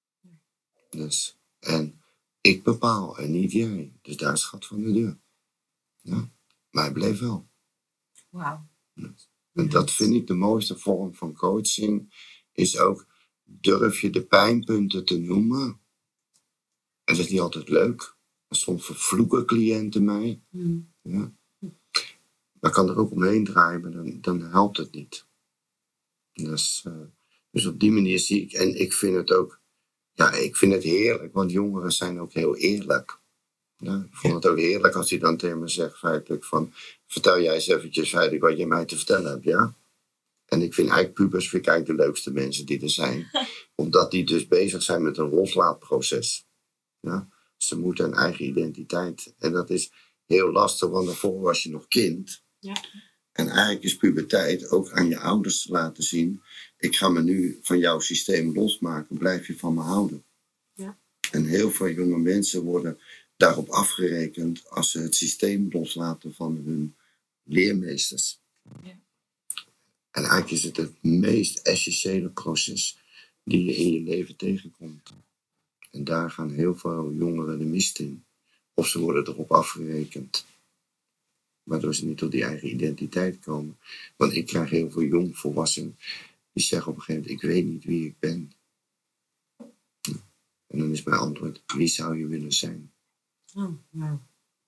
Dus, en ik bepaal en niet jij. Dus daar is het gat van de deur. Ja? Maar hij bleef wel. Wauw. En dat vind ik de mooiste vorm van coaching. Is ook, durf je de pijnpunten te noemen. En dat is niet altijd leuk. Soms vervloeken cliënten mij. Mm. Ja. Maar kan er ook omheen draaien, maar dan, dan helpt het niet. Dus, uh, dus op die manier zie ik, en ik vind het ook, ja, ik vind het heerlijk, want jongeren zijn ook heel eerlijk. Ja, ik vond het ook heerlijk als hij dan tegen me zegt feitelijk van, vertel jij eens eventjes feitelijk wat je mij te vertellen hebt, ja? En ik vind eigenlijk pubers vind ik eigenlijk de leukste mensen die er zijn. Omdat die dus bezig zijn met een loslaatproces. Ja? Ze moeten een eigen identiteit. En dat is heel lastig, want daarvoor was je nog kind. Ja. En eigenlijk is puberteit ook aan je ouders te laten zien. Ik ga me nu van jouw systeem losmaken, blijf je van me houden. Ja. En heel veel jonge mensen worden daarop afgerekend als ze het systeem loslaten van hun leermeesters. Ja. En eigenlijk is het het meest essentiële proces die je in je leven tegenkomt. En daar gaan heel veel jongeren de mist in. Of ze worden erop afgerekend. Waardoor ze niet tot die eigen identiteit komen. Want ik krijg heel veel jongvolwassenen die zeggen op een gegeven moment, ik weet niet wie ik ben. En dan is mijn antwoord, wie zou je willen zijn? Oh, wow.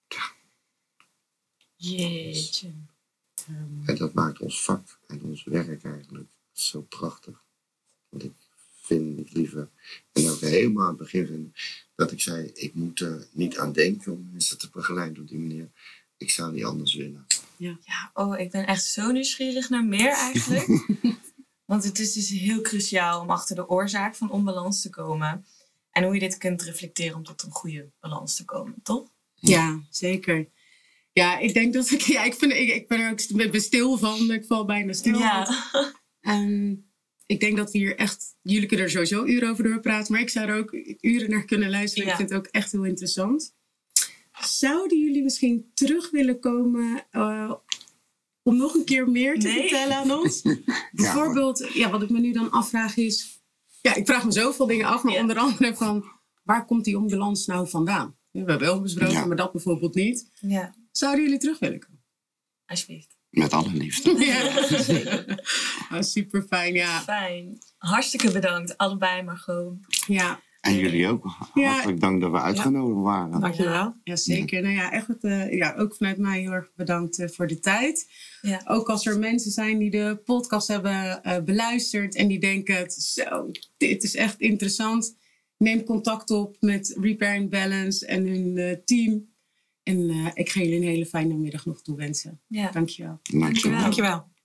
Jeetje. Um, En dat maakt ons vak en ons werk eigenlijk zo prachtig. Want ik vind het liever, en ook helemaal aan het begin, Dat ik zei, ik moet er niet aan denken om mensen te begeleiden op die manier. Ik zou niet anders willen. Ja, oh, ik ben echt zo nieuwsgierig naar meer eigenlijk. Want het is dus heel cruciaal om achter de oorzaak van onbalans te komen. En hoe je dit kunt reflecteren om tot een goede balans te komen, toch? Ja, zeker. Ja, ik denk dat ik... Ja, ik, vind, ik, ik ben er ook ik ben stil van. Ik val bijna stil. Ja. En ik denk dat we hier echt... Jullie kunnen er sowieso uren over doorpraten. Maar ik zou er ook uren naar kunnen luisteren. Ja. Ik vind het ook echt heel interessant. Zouden jullie misschien terug willen komen... Uh, om nog een keer meer te Nee. vertellen aan ons? Bijvoorbeeld, ja, wat ik me nu dan afvraag is... Ja, ik vraag me zoveel dingen af. Maar Ja. onder andere van... Waar komt die onbalans nou vandaan? We hebben wel besproken, Ja. maar dat bijvoorbeeld niet. Ja, Zouden jullie terug willen komen? alsjeblieft. Met alle liefde. Ja, oh, super fijn, ja. Fijn. Hartstikke bedankt, allebei Margot. Ja, En jullie ook. Ja. Hartelijk dank dat we uitgenodigd waren. Dankjewel. ja zeker. Nou ja, echt, uh, ja, ook vanuit mij heel erg bedankt uh, voor de tijd. Ja. Ook als er mensen zijn die de podcast hebben uh, beluisterd en die denken, zo, dit is echt interessant. Neem contact op met Repairing Balance en hun uh, team. En uh, ik ga jullie een hele fijne middag nog toewensen. Ja. Dankjewel. Dankjewel. Dankjewel.